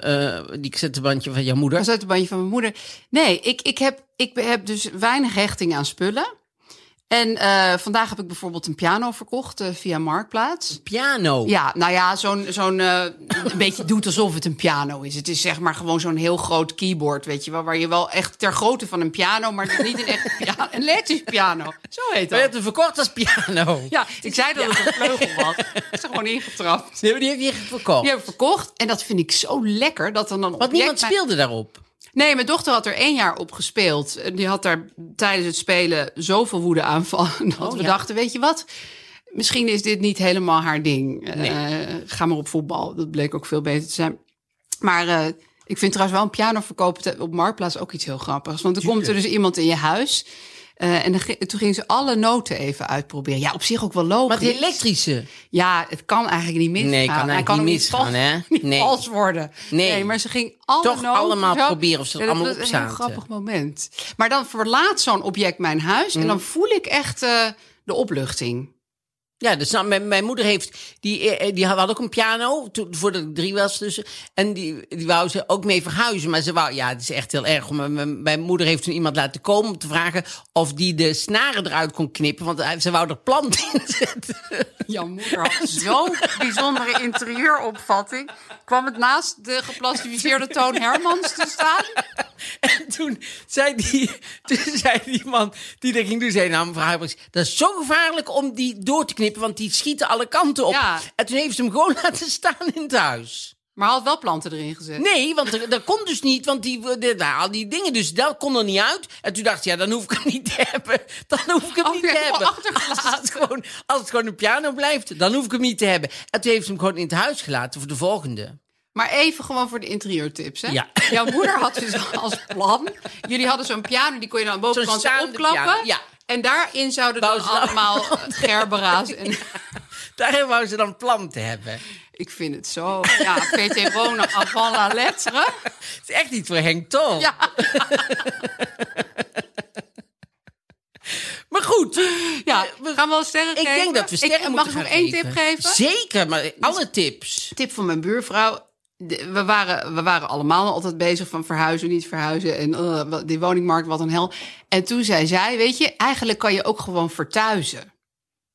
die cassettebandje van jouw moeder. Cassettebandje van mijn moeder. Nee, ik heb dus weinig hechting aan spullen. En vandaag heb ik bijvoorbeeld een piano verkocht via Marktplaats. Een piano? Ja, nou ja, zo'n een beetje doet alsof het een piano is. Het is zeg maar gewoon zo'n heel groot keyboard, weet je wel. Waar je wel echt ter grootte van een piano, maar niet een echte piano. Een elektrische piano, zo heet dat. Maar je hebt hem verkocht als piano. Ja, ik zei dat het een vleugel was. Ik is er gewoon ingetrapt. Nee, maar die heb je verkocht? Die heb ik verkocht en dat vind ik zo lekker. Dat dan want niemand speelde daarop? Nee, mijn dochter had er 1 jaar op gespeeld. Die had daar tijdens het spelen zoveel woedeaanvallen dat we dachten, weet je wat? Misschien is dit niet helemaal haar ding. Ga maar op voetbal. Dat bleek ook veel beter te zijn. Maar ik vind trouwens wel een piano verkopen op Marktplaats ook iets heel grappigs. Want er komt er dus iemand in je huis... en toen ging ze alle noten even uitproberen. Ja, op zich ook wel logisch. Maar het elektrische? Ja, het kan eigenlijk niet misgaan. Nee, kan niet misgaan, hè? Niet vals worden. Nee, maar ze ging alle toch noten... allemaal proberen of ze het allemaal op zaten. Dat is een heel grappig moment. Maar dan verlaat zo'n object mijn huis... en dan voel ik echt de opluchting. Ja, dus mijn moeder heeft... Die had ook een piano, voordat ik 3 was. Dus, en die wou ze ook mee verhuizen. Maar ze wou... Ja, het is echt heel erg. Mijn moeder heeft toen iemand laten komen om te vragen... of die de snaren eruit kon knippen. Want ze wou er planten in zetten. Jouw moeder had zo'n bijzondere interieuropvatting. Kwam het naast de geplastificeerde Toon Hermans te staan? En toen zei die man die dat ging doen... zei nou mevrouw Huibrechts, dat is zo gevaarlijk om die door te knippen... want die schieten alle kanten op. Ja. En toen heeft ze hem gewoon laten staan in het huis. Maar had wel planten erin gezet? Nee, want dat kon dus niet. Want al die dingen, dus dat kon er niet uit. En toen dacht ze, ja, dan hoef ik hem niet te hebben. Dan hoef ik hem niet te hebben. Als het gewoon een piano blijft, dan hoef ik hem niet te hebben. En toen heeft ze hem gewoon in het huis gelaten voor de volgende. Maar even gewoon voor de interieurtips, hè? Ja. Jouw moeder had dus als plan... Jullie hadden zo'n piano, die kon je dan aan de bovenkant opklappen. Ja. En daarin zouden dan allemaal gerbera's... En... Daarin wou ze dan planten hebben. Ik vind het zo... Ja, P.T. Wonen avant la lettre. Het is echt iets voor Henk Tol. Ja. Maar goed. Ja, we gaan wel sterren geven. Ik denk dat we sterren moeten gaan geven. Mag ik nog 1 tip geven? Zeker, maar alle tips. Tip van mijn buurvrouw... We waren allemaal altijd bezig van verhuizen, niet verhuizen. En die woningmarkt, wat een hel. En toen zei zij, weet je, eigenlijk kan je ook gewoon vertuizen.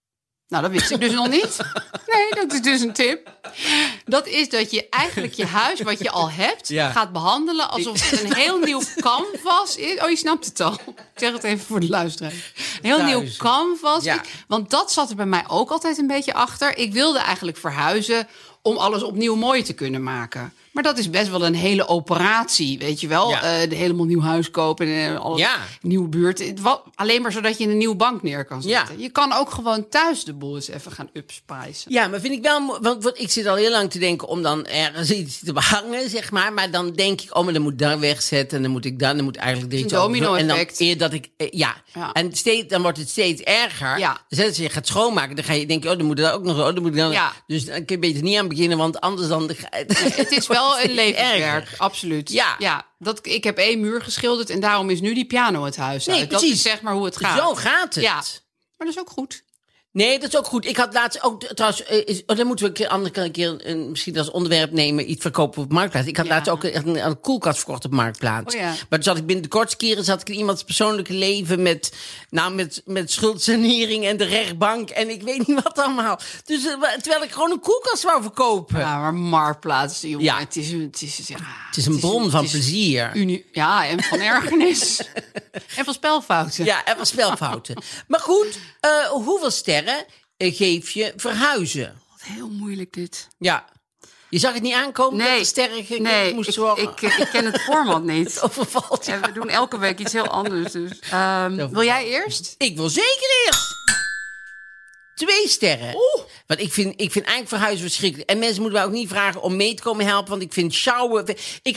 Nou, dat wist ik dus nog niet. Nee, dat is dus een tip. Dat is dat je eigenlijk je huis, wat je al hebt, gaat behandelen alsof het een heel nieuw canvas is. Oh, je snapt het al. Ik zeg het even voor de luisteraar. Een heel nieuw canvas. Ja. Want dat zat er bij mij ook altijd een beetje achter. Ik wilde eigenlijk verhuizen om alles opnieuw mooi te kunnen maken. Maar dat is best wel een hele operatie, weet je wel. Helemaal nieuw huis kopen en alles, nieuwe buurt. Alleen maar zodat je een nieuwe bank neer kan zetten. Ja. Je kan ook gewoon thuis de boel eens even gaan upspicen. Ja, maar vind ik wel... Want ik zit al heel lang te denken om dan ergens iets te behangen, zeg maar. Maar dan denk ik, maar dan moet ik daar wegzetten. En dan moet ik dan moet eigenlijk er iets een domino-effect. En dan eer dat ik... En dan wordt het steeds erger. Ja. Dus als je gaat schoonmaken, dan ga je denken, dan moet er ook nog... dan moet ik dan, dus dan kun je beter niet aan beginnen, want anders dan... Het is wel een levenswerk, absoluut. Ja. Ik heb 1 muur geschilderd en daarom is nu die piano het huis uit. Dat is zeg maar hoe het gaat. Zo gaat het. Ja. Maar dat is ook goed. Nee, dat is ook goed. Ik had laatst ook trouwens... dan moeten we een keer misschien als onderwerp nemen... iets verkopen op Marktplaats. Ik had laatst ook een koelkast verkocht op Marktplaats. Oh, ja. Maar toen zat ik binnen de kortste keren... zat ik in iemands persoonlijke leven met schuldsanering en de rechtbank... en ik weet niet wat allemaal. Dus terwijl ik gewoon een koelkast wou verkopen. Ja, maar Marktplaats, jongen, ja. Het is een bron van plezier. En van ergernis. En van spelfouten. Ja, en van spelfouten. Maar goed, hoeveel sterren geef je verhuizen? Wat heel moeilijk dit. Ja. Je zag het niet aankomen dat de sterren moest zorgen? Ik ken het format niet. Het overvalt. Ja, we doen elke week iets heel anders. Dus. Wil jij eerst? Ik wil zeker eerst. 2 sterren. Want ik vind eigenlijk verhuizen verschrikkelijk. En mensen moeten mij ook niet vragen om mee te komen helpen. Want ik vind sjouwen... Ik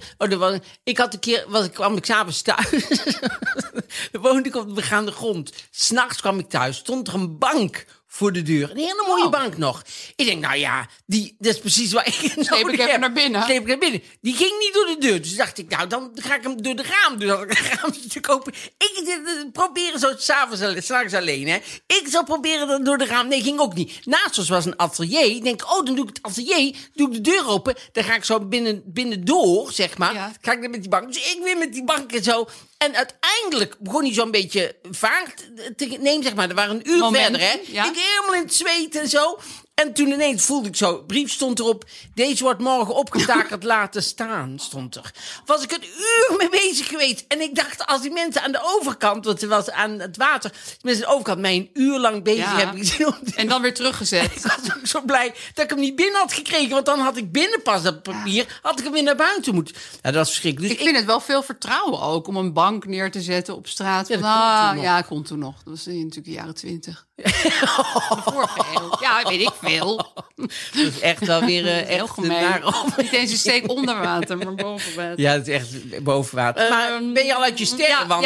kwam ik s'avonds thuis. Dan woonde ik op de begaande grond. 's Nachts kwam ik thuis. Stond er een bank voor de deur. Een hele mooie bank nog. Ik denk, dat is precies waar ik Sleep ik even naar binnen. Die ging niet door de deur. Dus dacht ik, dan ga ik hem door de raam doen. Dan had ik een raamstuk kopen. Ik proberen zo s'avonds alleen, hè. Ik zou proberen dan door de raam. Nee, ging ook niet. Naast ons was een atelier. Ik denk, dan doe ik het atelier. Doe ik de deur open. Dan ga ik zo binnendoor, zeg maar. Ja. Ga ik dan met die bank. Dus ik weer met die bank en zo. En uiteindelijk begon hij zo'n beetje vaart te nemen, zeg maar. Er waren een uur verder, hè. Ja. Ik helemaal in het zweet en zo. En toen ineens voelde ik zo, brief stond erop... deze wordt morgen opgetakeld laten staan, stond er. Was ik een uur mee bezig geweest. En ik dacht, als die mensen aan de overkant... want er was aan het water... mensen aan de overkant mij een uur lang bezig hebben gezien. En dan weer teruggezet. Ik was ook zo blij dat ik hem niet binnen had gekregen. Want dan had ik binnen pas dat papier... had ik hem weer naar buiten moeten. Ja, dat was verschrikkelijk. Dus ik vind het wel veel vertrouwen ook... om een bank neer te zetten op straat. Kon toen nog. Dat was natuurlijk de jaren 20. De vorige eeuw. Ja, weet ik veel. Dat is echt wel weer heel gemeen. Niet eens een steek onder water, maar boven water. Ja, het is echt boven water. Maar ben je al uit je sterren?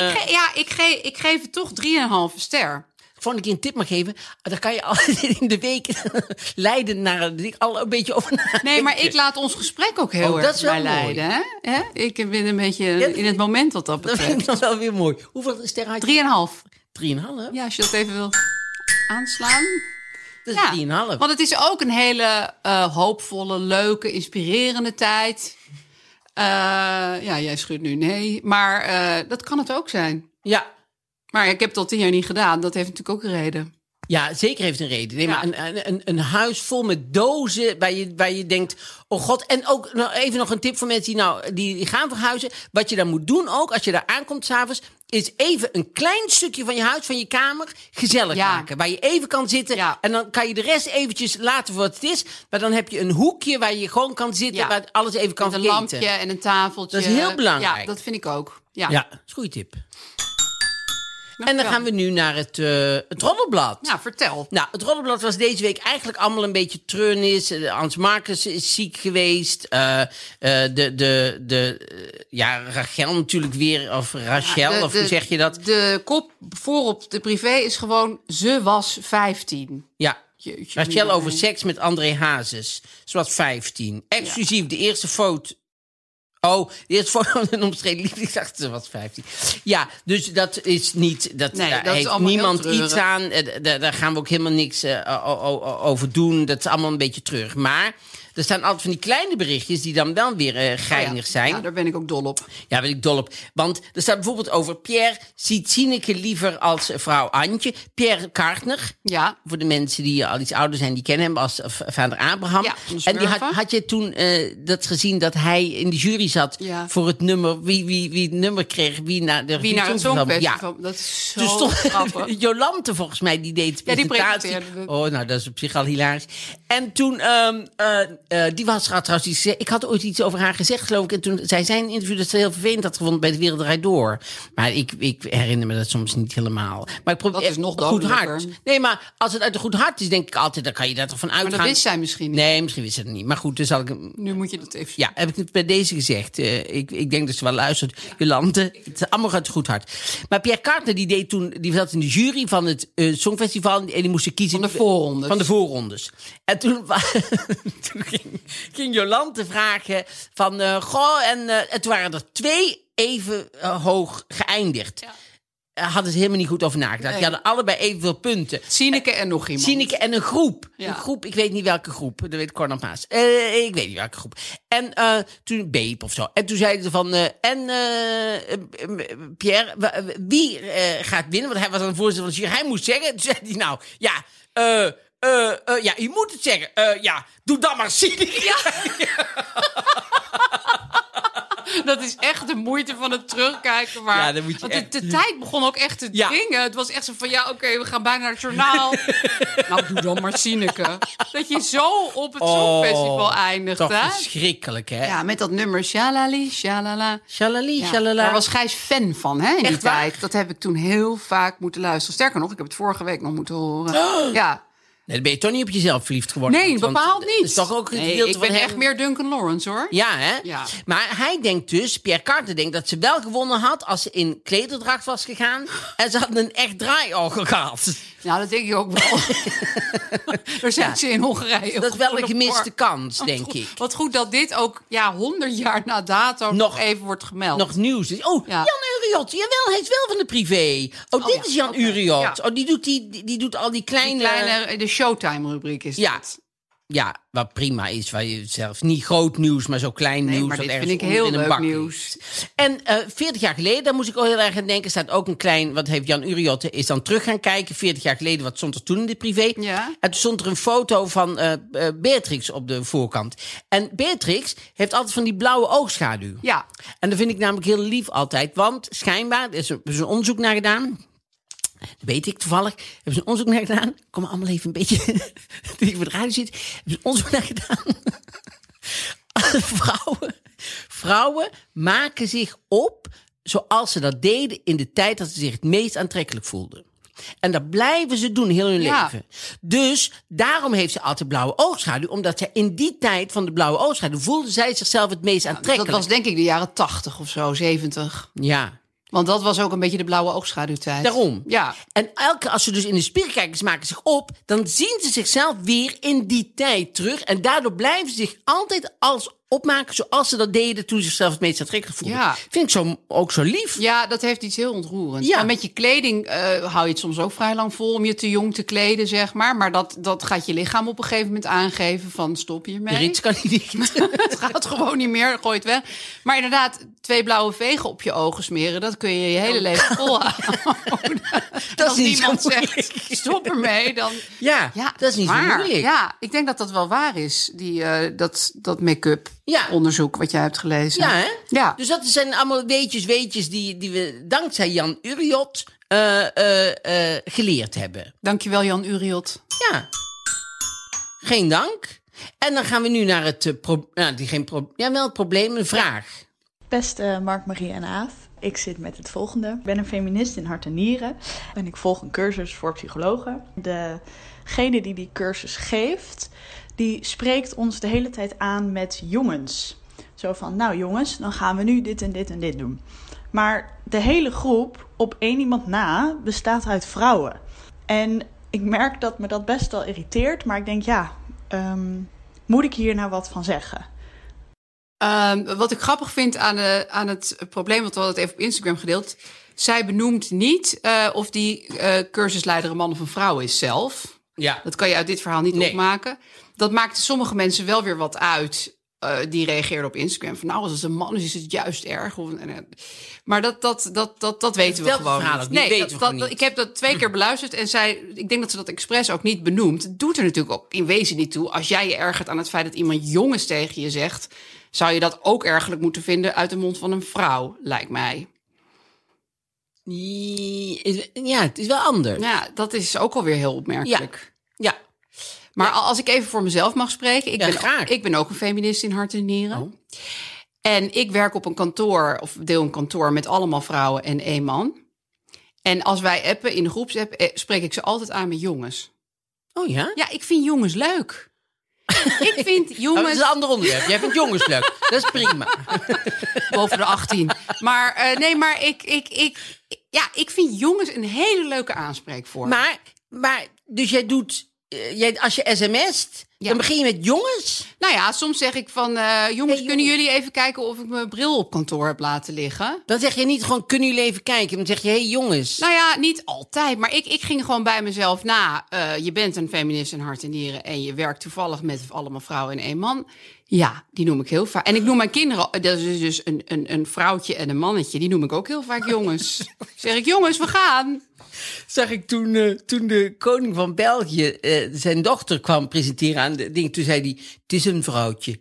Ik geef het toch 3,5 ster. Vond ik je een tip mag geven, dan kan je al in de week leiden naar al een beetje over nadenken. Nee, maar ik laat ons gesprek ook heel erg bij leiden. Hè? Ik ben een beetje in het moment wat dat betreft. Dat vind ik dan wel weer mooi. Hoeveel sterren had je? 3,5. 3,5? Ja, als je dat even wil aanslaan. Dat is 3,5. Want het is ook een hele hoopvolle, leuke, inspirerende tijd. Jij schudt nu nee. Maar dat kan het ook zijn. Ja. Maar ik heb het al 10 jaar niet gedaan. Dat heeft natuurlijk ook een reden. Ja, zeker heeft een reden. Nee, maar een huis vol met dozen waar je denkt... oh god, en ook even nog een tip voor mensen die gaan verhuizen. Wat je dan moet doen ook, als je daar aankomt 's avonds... is even een klein stukje van je huis, van je kamer, gezellig maken. Waar je even kan zitten. Ja. En dan kan je de rest eventjes laten voor wat het is. Maar dan heb je een hoekje waar je gewoon kan zitten... waar alles even kan vergeten. Een lampje en een tafeltje. Dat is heel belangrijk. Ja, dat vind ik ook. Ja, dat is een goede tip. En dan gaan we nu naar het Roddelblad. Nou, vertel. Nou, het Roddelblad was deze week eigenlijk allemaal een beetje treurnis. Hans Marcus is ziek geweest. Rachel natuurlijk weer. Of Rachel, of hoe zeg je dat? De kop voorop de privé is gewoon... ze was 15. Ja. Jeetje, Rachel over seks met André Hazes. Ze was 15. Exclusief de eerste foto... Oh, de eerste foto van een omstreden liefde. Ik dacht, ze was 15. Ja, dus dat is niet... Daar heeft niemand iets aan. Daar gaan we ook helemaal niks over doen. Dat is allemaal een beetje terug. Maar er staan altijd van die kleine berichtjes die dan wel weer geinig zijn. Ja, daar ben ik ook dol op. Ja, ben ik dol op. Want er staat bijvoorbeeld over... Pierre ziet Sineke liever als vrouw Antje. Pierre Kartner. Ja. Voor de mensen die al iets ouder zijn, die kennen hem als vader Abraham. Ja, en die had je toen dat gezien dat hij in de jury zat voor het nummer... Wie het nummer kreeg, wie naar het Songfestival. Ja. Dat is zo grappig. Jolante volgens mij, die deed de presentatie. Oh, nou, dat is op zich al hilarisch. En toen, die was trouwens, die zei, ik had ooit iets over haar gezegd, geloof ik. En toen zei zij in een interview dat ze heel vervelend had gevonden bij De Wereld Draait Door. Maar ik herinner me dat soms niet helemaal. Maar ik probeer, dat is nog goed hart. Nee, maar als het uit een goed hart is, denk ik altijd, dan kan je daar toch van uitgaan. Maar dat wist zij misschien niet. Nee, misschien wist ze het niet. Maar goed, dus zal ik... Nu moet je dat even... Ja, heb ik het bij deze gezegd. Ik denk dat ze wel luistert. Jolante, het is allemaal uit het goed hart. Maar Pierre Kartner, die zat in de jury van het Songfestival. En die moest kiezen... Van de voorrondes. En toen ging Jolante vragen van... en toen waren er 2 even hoog geëindigd. Ja. Hadden ze helemaal niet goed over nagedacht. Die hadden allebei evenveel punten. Sineke en nog iemand. Sineke en een groep. Ja. Een groep, ik weet niet welke groep. Dat weet Cornel Maas. Ik weet niet welke groep. En toen Beep of zo. En toen zeiden ze van... Pierre, wie gaat winnen? Want hij was aan de voorzitter van de jury. Hij moest zeggen. Toen zei hij nou, ja... ja, je moet het zeggen. Ja, doe dan maar Sineke. Ja. Dat is echt de moeite van het terugkijken. Maar ja, moet je want de tijd begon ook echt te dringen. Het was echt zo van, oké, we gaan bijna naar het journaal. Nou, doe dan maar Sineke. Dat je zo op het Songfestival eindigt, toch hè? verschrikkelijk, hè? Ja, met dat nummer Shalali, Shalala. Shalali, Shalala. Daar was Gijs fan van, hè, in die echt waar? tijd. Dat heb ik toen heel vaak moeten luisteren. Sterker nog, ik heb het vorige week nog moeten horen. Ja. Nee, dan ben je toch niet op jezelf verliefd geworden. Nee, bepaald niet. Dat is toch ook ik ben echt meer Duncan Lawrence, hoor. Ja, hè? Ja. Maar hij denkt dus, Pierre Kartner denkt dat ze wel gewonnen had als ze in klederdracht was gegaan. En ze had een echt draaiorgel gehad. Nou, dat denk ik ook wel. Daar zijn ze in Hongarije. Dat is wel een gemiste kans, denk ik. Wat goed dat dit ook 100 jaar na dato nog even wordt gemeld. Nog nieuws is. Oh, ja. Jan Uriot. Jawel, hij is wel van de privé. Dit is Jan Uriot. Ja. Oh, die doet al die kleine... De Showtime-rubriek is dat. Ja, wat prima is. Waar je zelfs niet groot nieuws, maar zo klein nieuws. Maar dit vind ik heel leuk nieuws. En 40 jaar geleden, daar moest ik ook heel erg aan denken... staat ook een klein, wat heeft Jan Uriot... is dan terug gaan kijken, 40 jaar geleden... wat stond er toen in de privé. Ja. En toen stond er een foto van Beatrix op de voorkant. En Beatrix heeft altijd van die blauwe oogschaduw. Ja. En dat vind ik namelijk heel lief altijd. Want schijnbaar, er is een onderzoek naar gedaan... Dat weet ik toevallig. Hebben ze een onderzoek naar gedaan. Kom maar allemaal even een beetje... dat ik op het radio zit. Hebben ze een onderzoek naar gedaan. Vrouwen maken zich op zoals ze dat deden in de tijd dat ze zich het meest aantrekkelijk voelden. En dat blijven ze doen heel hun leven. Dus daarom heeft ze altijd blauwe oogschaduw. Omdat zij in die tijd van de blauwe oogschaduw... voelde zij zichzelf het meest aantrekkelijk. Dat was denk ik de jaren 80 of zo, 70. Ja. Want dat was ook een beetje de blauwe oogschaduwtijd. Daarom. Ja. En elke keer als ze dus in de spiegel kijken, ze maken zich op... dan zien ze zichzelf weer in die tijd terug. En daardoor blijven ze zich altijd als opmaken zoals ze dat deden toen ze zichzelf het meest aantrekkelijk voelden. Ja. Vind ik ook zo lief. Ja, dat heeft iets heel ontroerends. Ja. En met je kleding hou je het soms ook vrij lang vol om je te jong te kleden, zeg maar. Maar dat gaat je lichaam op een gegeven moment aangeven van stop hiermee. De rits kan niet. Het gaat gewoon niet meer, gooi het weg. Maar inderdaad, 2 blauwe vegen op je ogen smeren, dat kun je je hele leven volhouden. Dat als is niemand zegt, stop ermee, dan... Ja, dat is niet zo moeilijk. Ja, ik denk dat dat wel waar is, dat make-up. Onderzoek wat jij hebt gelezen. Ja, hè? Ja. Dus dat zijn allemaal weetjes die we dankzij Jan Uriot geleerd hebben. Dankjewel, Jan Uriot. Ja. Geen dank. En dan gaan we nu naar het probleem, een vraag. Beste Mark-Marie en Aaf, ik zit met het volgende. Ik ben een feminist in hart en nieren en ik volg een cursus voor psychologen. Degene die cursus geeft, die spreekt ons de hele tijd aan met jongens. Zo van, nou jongens, dan gaan we nu dit en dit en dit doen. Maar de hele groep, op 1 iemand na, bestaat uit vrouwen. En ik merk dat me dat best wel irriteert, maar ik denk, moet ik hier nou wat van zeggen? Wat ik grappig vind aan het probleem, want we hadden het even op Instagram gedeeld. Zij benoemt niet of die cursusleider een man of een vrouw is zelf. Ja. Dat kan je uit dit verhaal niet opmaken. dat maakte sommige mensen wel weer wat uit. Die reageerden op Instagram van als het een man is het juist erg. Maar dat weten we gewoon niet. Nee, ik heb dat 2 keer beluisterd en ik denk dat ze dat expres ook niet benoemt. Het doet er natuurlijk ook in wezen niet toe. Als jij je ergert aan het feit dat iemand jongens tegen je zegt, zou je dat ook ergerlijk moeten vinden uit de mond van een vrouw, lijkt mij. Ja, het is wel anders. Ja, dat is ook alweer heel opmerkelijk. Ja. Maar als ik even voor mezelf mag spreken. Ik ben ook een feminist in hart en nieren. Oh. En ik werk op een kantoor, of deel een kantoor met allemaal vrouwen en 1 man. En als wij appen in de groepsapp, spreek ik ze altijd aan met jongens. Oh ja? Ja, ik vind jongens leuk. Ik vind jongens... Dat is een ander onderwerp. Jij vindt jongens leuk. Dat is prima. Boven de 18. Maar ik vind jongens een hele leuke aanspreekvorm. Maar dus jij doet... als je sms't, dan begin je met jongens? Nou ja, soms zeg ik van... jongens, kunnen jullie even kijken of ik mijn bril op kantoor heb laten liggen? Dan zeg je niet gewoon, kunnen jullie even kijken? Dan zeg je, jongens. Nou ja, niet altijd. Maar ik ging gewoon bij mezelf na. Je bent een feminist in hart en nieren en je werkt toevallig met allemaal vrouwen en 1 man. Ja, die noem ik heel vaak. En ik noem mijn kinderen, dat is dus een vrouwtje en een mannetje. Die noem ik ook heel vaak jongens. Zeg ik, jongens, we gaan. Zag ik toen de koning van België zijn dochter kwam presenteren aan de ding. Toen zei hij, het is een vrouwtje.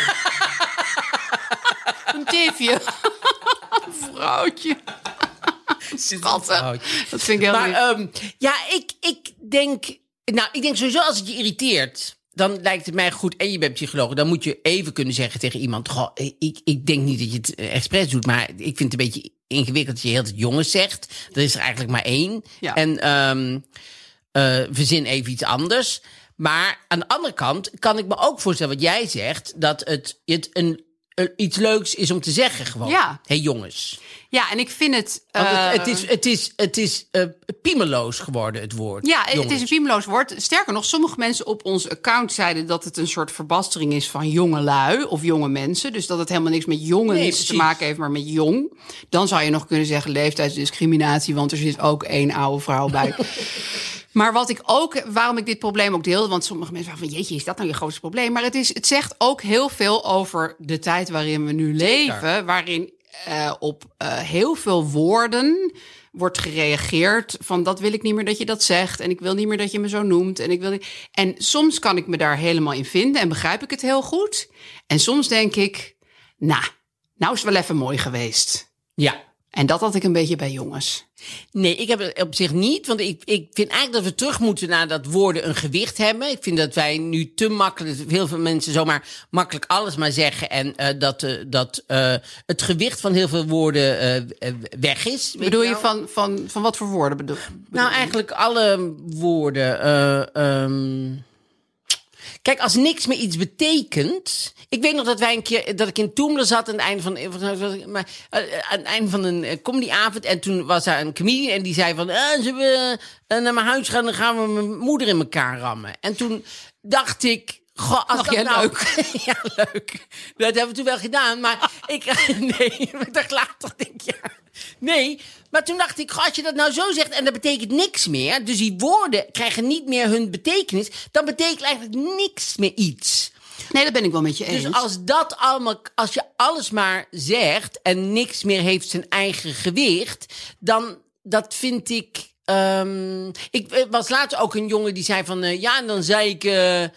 Een tiefje. Een vrouwtje. Schattig. Dat vind ik heel lief. Ik denk... Nou, ik denk sowieso als het je irriteert, dan lijkt het mij goed. En je bent psycholoog, dan moet je even kunnen zeggen tegen iemand, goh, ik denk niet dat je het expres doet, maar ik vind het een beetje ingewikkeld dat je heel het jongens zegt. Er is er eigenlijk maar 1. Ja. En verzin even iets anders. Maar aan de andere kant kan ik me ook voorstellen wat jij zegt, dat het iets leuks is om te zeggen gewoon. Ja. Hey jongens. Ja, en ik vind het... Het is piemeloos geworden, het woord. Ja, jongens. Het is een piemeloos woord. Sterker nog, sommige mensen op ons account zeiden dat het een soort verbastering is van jonge lui of jonge mensen. Dus dat het helemaal niks met jongens te maken heeft, maar met jong. Dan zou je nog kunnen zeggen leeftijdsdiscriminatie, want er zit ook 1 oude vrouw bij. Maar waarom ik dit probleem ook deelde, want sommige mensen zeggen van jeetje, is dat nou je grootste probleem? Maar het zegt ook heel veel over de tijd waarin we nu leven, waarin op heel veel woorden wordt gereageerd van dat wil ik niet meer dat je dat zegt en ik wil niet meer dat je me zo noemt en soms kan ik me daar helemaal in vinden en begrijp ik het heel goed. En soms denk ik, nou is het wel even mooi geweest. Ja. En dat had ik een beetje bij jongens. Nee, ik heb het op zich niet. Want ik vind eigenlijk dat we terug moeten naar dat woorden een gewicht hebben. Ik vind dat wij nu te makkelijk, heel veel mensen zomaar makkelijk alles maar zeggen. En dat het gewicht van heel veel woorden weg is. Bedoel je van wat voor woorden bedoel? Nou, eigenlijk alle woorden. Kijk, als niks meer iets betekent. Ik weet nog dat wij een keer dat ik in Toemler zat aan het einde van een comedyavond. En toen was daar een comedian en die zei van, zullen we naar mijn huis gaan, dan gaan we mijn moeder in elkaar rammen. En toen dacht ik, goh, als dat nou... leuk. Ja, leuk. Dat hebben we toen wel gedaan, maar ik dacht later, nee. Maar toen dacht ik, goh, als je dat nou zo zegt en dat betekent niks meer, dus die woorden krijgen niet meer hun betekenis, dan betekent eigenlijk niks meer iets. Nee, dat ben ik wel met je eens. Dus als je alles maar zegt en niks meer heeft zijn eigen gewicht, dan dat vind ik. Ik was laatst ook een jongen die zei van ja, en dan zei ik.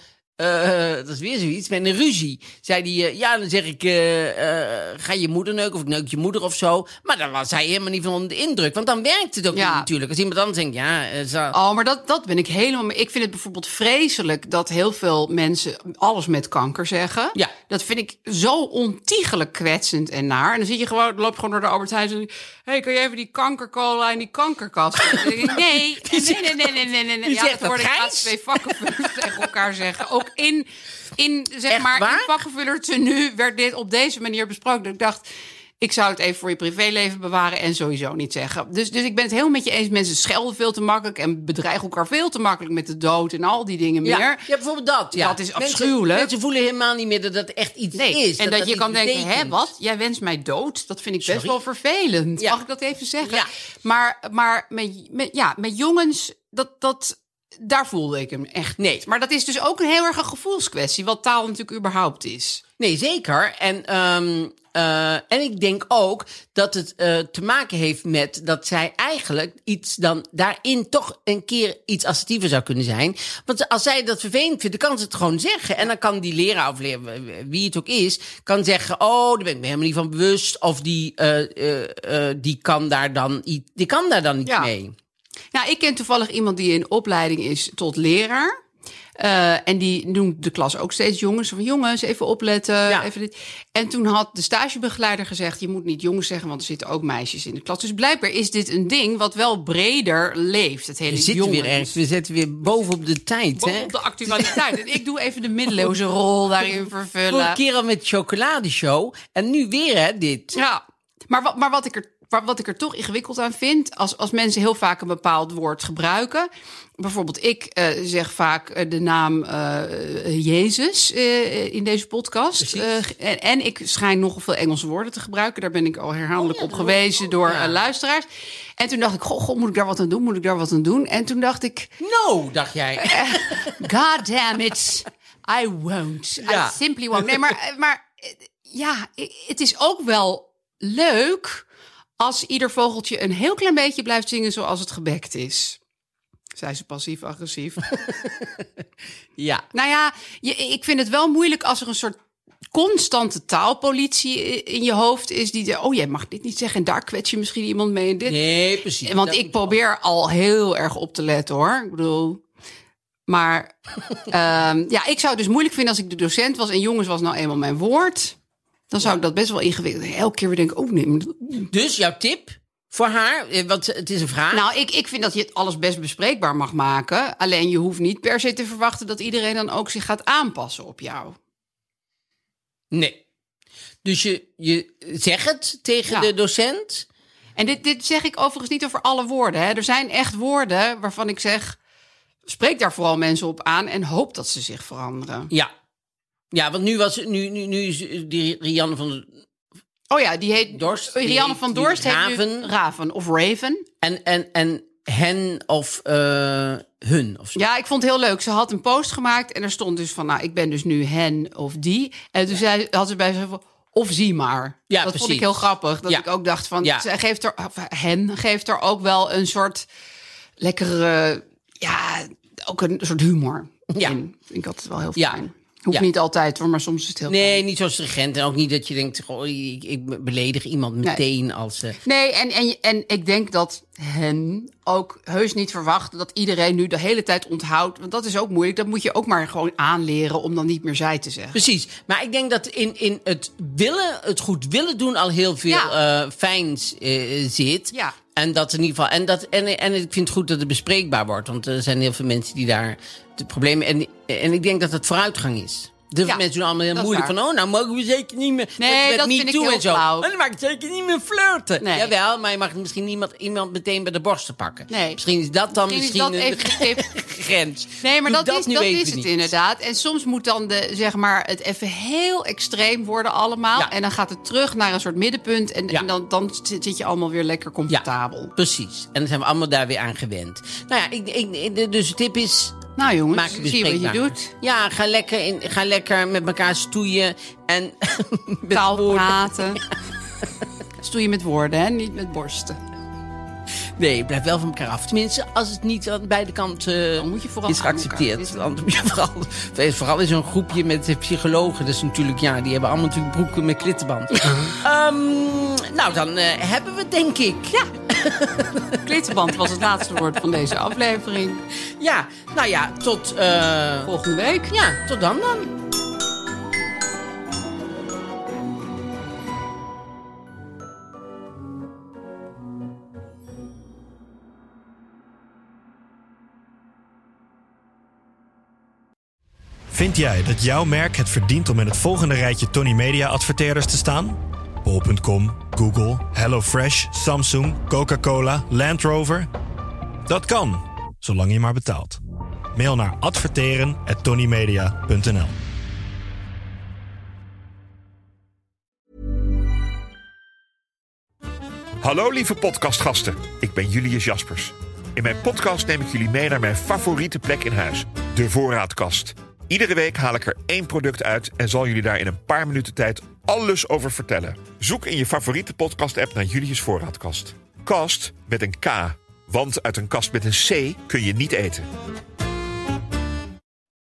Dat is weer zoiets, met een ruzie. Zei die, dan zeg ik, ga je moeder neuken of ik neuk je moeder of zo. Maar dan was hij helemaal niet van onder de indruk. Want dan werkt het ook niet natuurlijk. Als iemand anders denkt, maar dat ben ik helemaal... Ik vind het bijvoorbeeld vreselijk dat heel veel mensen alles met kanker zeggen. Ja. Dat vind ik zo ontiegelijk kwetsend en naar. En dan zie je gewoon, loop gewoon door de Albert Heijn en hey, kan je even die kankercola en die kankerkast? Nee. Ja, dat hoorde ik laatst 2 vakkenvullers tegen elkaar zeggen. Ook in zeg maar, in vakkenvuller tenue werd dit op deze manier besproken. Dat ik dacht, ik zou het even voor je privéleven bewaren en sowieso niet zeggen. Dus ik ben het heel met je eens. Mensen schelden veel te makkelijk en bedreigen elkaar veel te makkelijk met de dood en al die dingen meer. Ja, bijvoorbeeld dat. Ja. Dat is afschuwelijk. Mensen voelen helemaal niet meer dat dat echt iets is. En dat je kan denken, hè, wat? Jij wenst mij dood? Dat vind ik best wel vervelend. Ja. Mag ik dat even zeggen? Ja. Maar met jongens, daar voelde ik hem echt niet. Maar dat is dus ook een heel erg een gevoelskwestie, wat taal natuurlijk überhaupt is. Nee, zeker. En ik denk ook dat het te maken heeft met dat zij eigenlijk iets dan daarin toch een keer iets assertiever zou kunnen zijn. Want als zij dat vervelend vindt, dan kan ze het gewoon zeggen. En dan kan die leraar of wie het ook is, kan zeggen, oh, daar ben ik me helemaal niet van bewust. Of die kan daar dan iets mee. Nou, ik ken toevallig iemand die in opleiding is tot leraar. En die noemt de klas ook steeds jongens. Van jongens, even opletten. Ja. Even dit. En toen had de stagebegeleider gezegd, je moet niet jongens zeggen, want er zitten ook meisjes in de klas. Dus blijkbaar is dit een ding wat wel breder leeft. Het hele we zitten weer bovenop de tijd. Bovenop de actualiteit. En ik doe even de middeleeuwse rol daarin vervullen. Vorige keer al met chocoladeshow. En nu weer, dit. Ja, maar wat ik er toch ingewikkeld aan vind, als mensen heel vaak een bepaald woord gebruiken. Bijvoorbeeld, ik zeg vaak de naam Jezus in deze podcast. En ik schijn nogal veel Engelse woorden te gebruiken. Daar ben ik al herhaaldelijk op gewezen door luisteraars. En toen dacht ik, goh, moet ik daar wat aan doen? Moet ik daar wat aan doen? En toen dacht ik... No, dacht jij. God damn it, I won't. I simply won't. Nee, maar ja, het is ook wel leuk als ieder vogeltje een heel klein beetje blijft zingen zoals het gebekt is. Zei ze passief-agressief. Ja. Nou ja, ik vind het wel moeilijk als er een soort constante taalpolitie in je hoofd is. Jij mag dit niet zeggen en daar kwets je misschien iemand mee. En dit. Nee, precies. Want ik probeer al heel erg op te letten, hoor. Ik bedoel... Maar ik zou het dus moeilijk vinden als ik de docent was en jongens was nou eenmaal mijn woord. Dan zou ik dat best wel ingewikkeld. Elke keer weer denken, nee. Dus jouw tip voor haar, want het is een vraag. Nou, ik vind dat je het alles best bespreekbaar mag maken. Alleen je hoeft niet per se te verwachten dat iedereen dan ook zich gaat aanpassen op jou. Nee. Dus je zegt het tegen de docent. En dit zeg ik overigens niet over alle woorden. Hè. Er zijn echt woorden waarvan ik zeg, spreek daar vooral mensen op aan en hoop dat ze zich veranderen. Ja, want nu is die Rianne van der... Oh ja, die heet Dorst. Rianne van Dorst heet nu Raven of Raven. En hen of hun of zo. Ja, ik vond het heel leuk. Ze had een post gemaakt en er stond dus van, ik ben dus nu hen of die. En toen had ze bij zich van, of zie maar. Ja, dat vond ik heel grappig. Dat ik ook dacht van, zij geeft er ook wel een soort lekkere, ook een soort humor in. Ik had het wel heel fijn. Hoeft niet altijd, hoor, maar soms is het heel fijn. Niet zo stringent. En ook niet dat je denkt, ik beledig iemand meteen als... Nee, en ik denk dat hen ook heus niet verwachten dat iedereen nu de hele tijd onthoudt. Want dat is ook moeilijk. Dat moet je ook maar gewoon aanleren om dan niet meer zij te zeggen. Precies. Maar ik denk dat in het goed willen doen al heel veel fijns zit. Ja. En dat in ieder geval. En ik vind het goed dat het bespreekbaar wordt. Want er zijn heel veel mensen die daar de problemen. En ik denk dat het vooruitgang is. De mensen doen allemaal heel moeilijk. Van, nou mogen we zeker niet meer. Nee, dat vind ik heel flauw. En dan mag ik zeker niet meer flirten. Nee. Jawel, maar je mag misschien iemand meteen bij de borsten pakken. Nee. Misschien is dat dan misschien een grens. Nee, maar dat is het inderdaad. En soms moet dan het even heel extreem worden allemaal. Ja. En dan gaat het terug naar een soort middenpunt. En dan zit je allemaal weer lekker comfortabel. Ja, precies. En dan zijn we allemaal daar weer aan gewend. Nou ja, dus de tip is... Nou jongens, zie wat je doet. Ja, ga lekker met elkaar stoeien en taal praten. Stoeien met woorden, hè? Niet met borsten. Nee, blijf wel van elkaar af. Tenminste, als het niet aan beide kanten moet je vooral is geaccepteerd. Dan moet je vooral in zo'n groepje met psychologen. Dus natuurlijk, die hebben allemaal natuurlijk broeken met klittenband. Nou, dan hebben we het, denk ik. Ja. Klittenband was het laatste woord van deze aflevering. Ja, nou ja, tot... volgende week. Ja, tot dan. Vind jij dat jouw merk het verdient om in het volgende rijtje Tony Media adverteerders te staan? Bol.com, Google, HelloFresh, Samsung, Coca-Cola, Land Rover? Dat kan, zolang je maar betaalt. Mail naar adverteren@tonymedia.nl. Hallo lieve podcastgasten, ik ben Julius Jaspers. In mijn podcast neem ik jullie mee naar mijn favoriete plek in huis. De voorraadkast. Iedere week haal ik er 1 product uit en zal jullie daar in een paar minuten tijd alles over vertellen. Zoek in je favoriete podcast-app naar Julius Voorraadkast. Kast met een K, want uit een kast met een C kun je niet eten.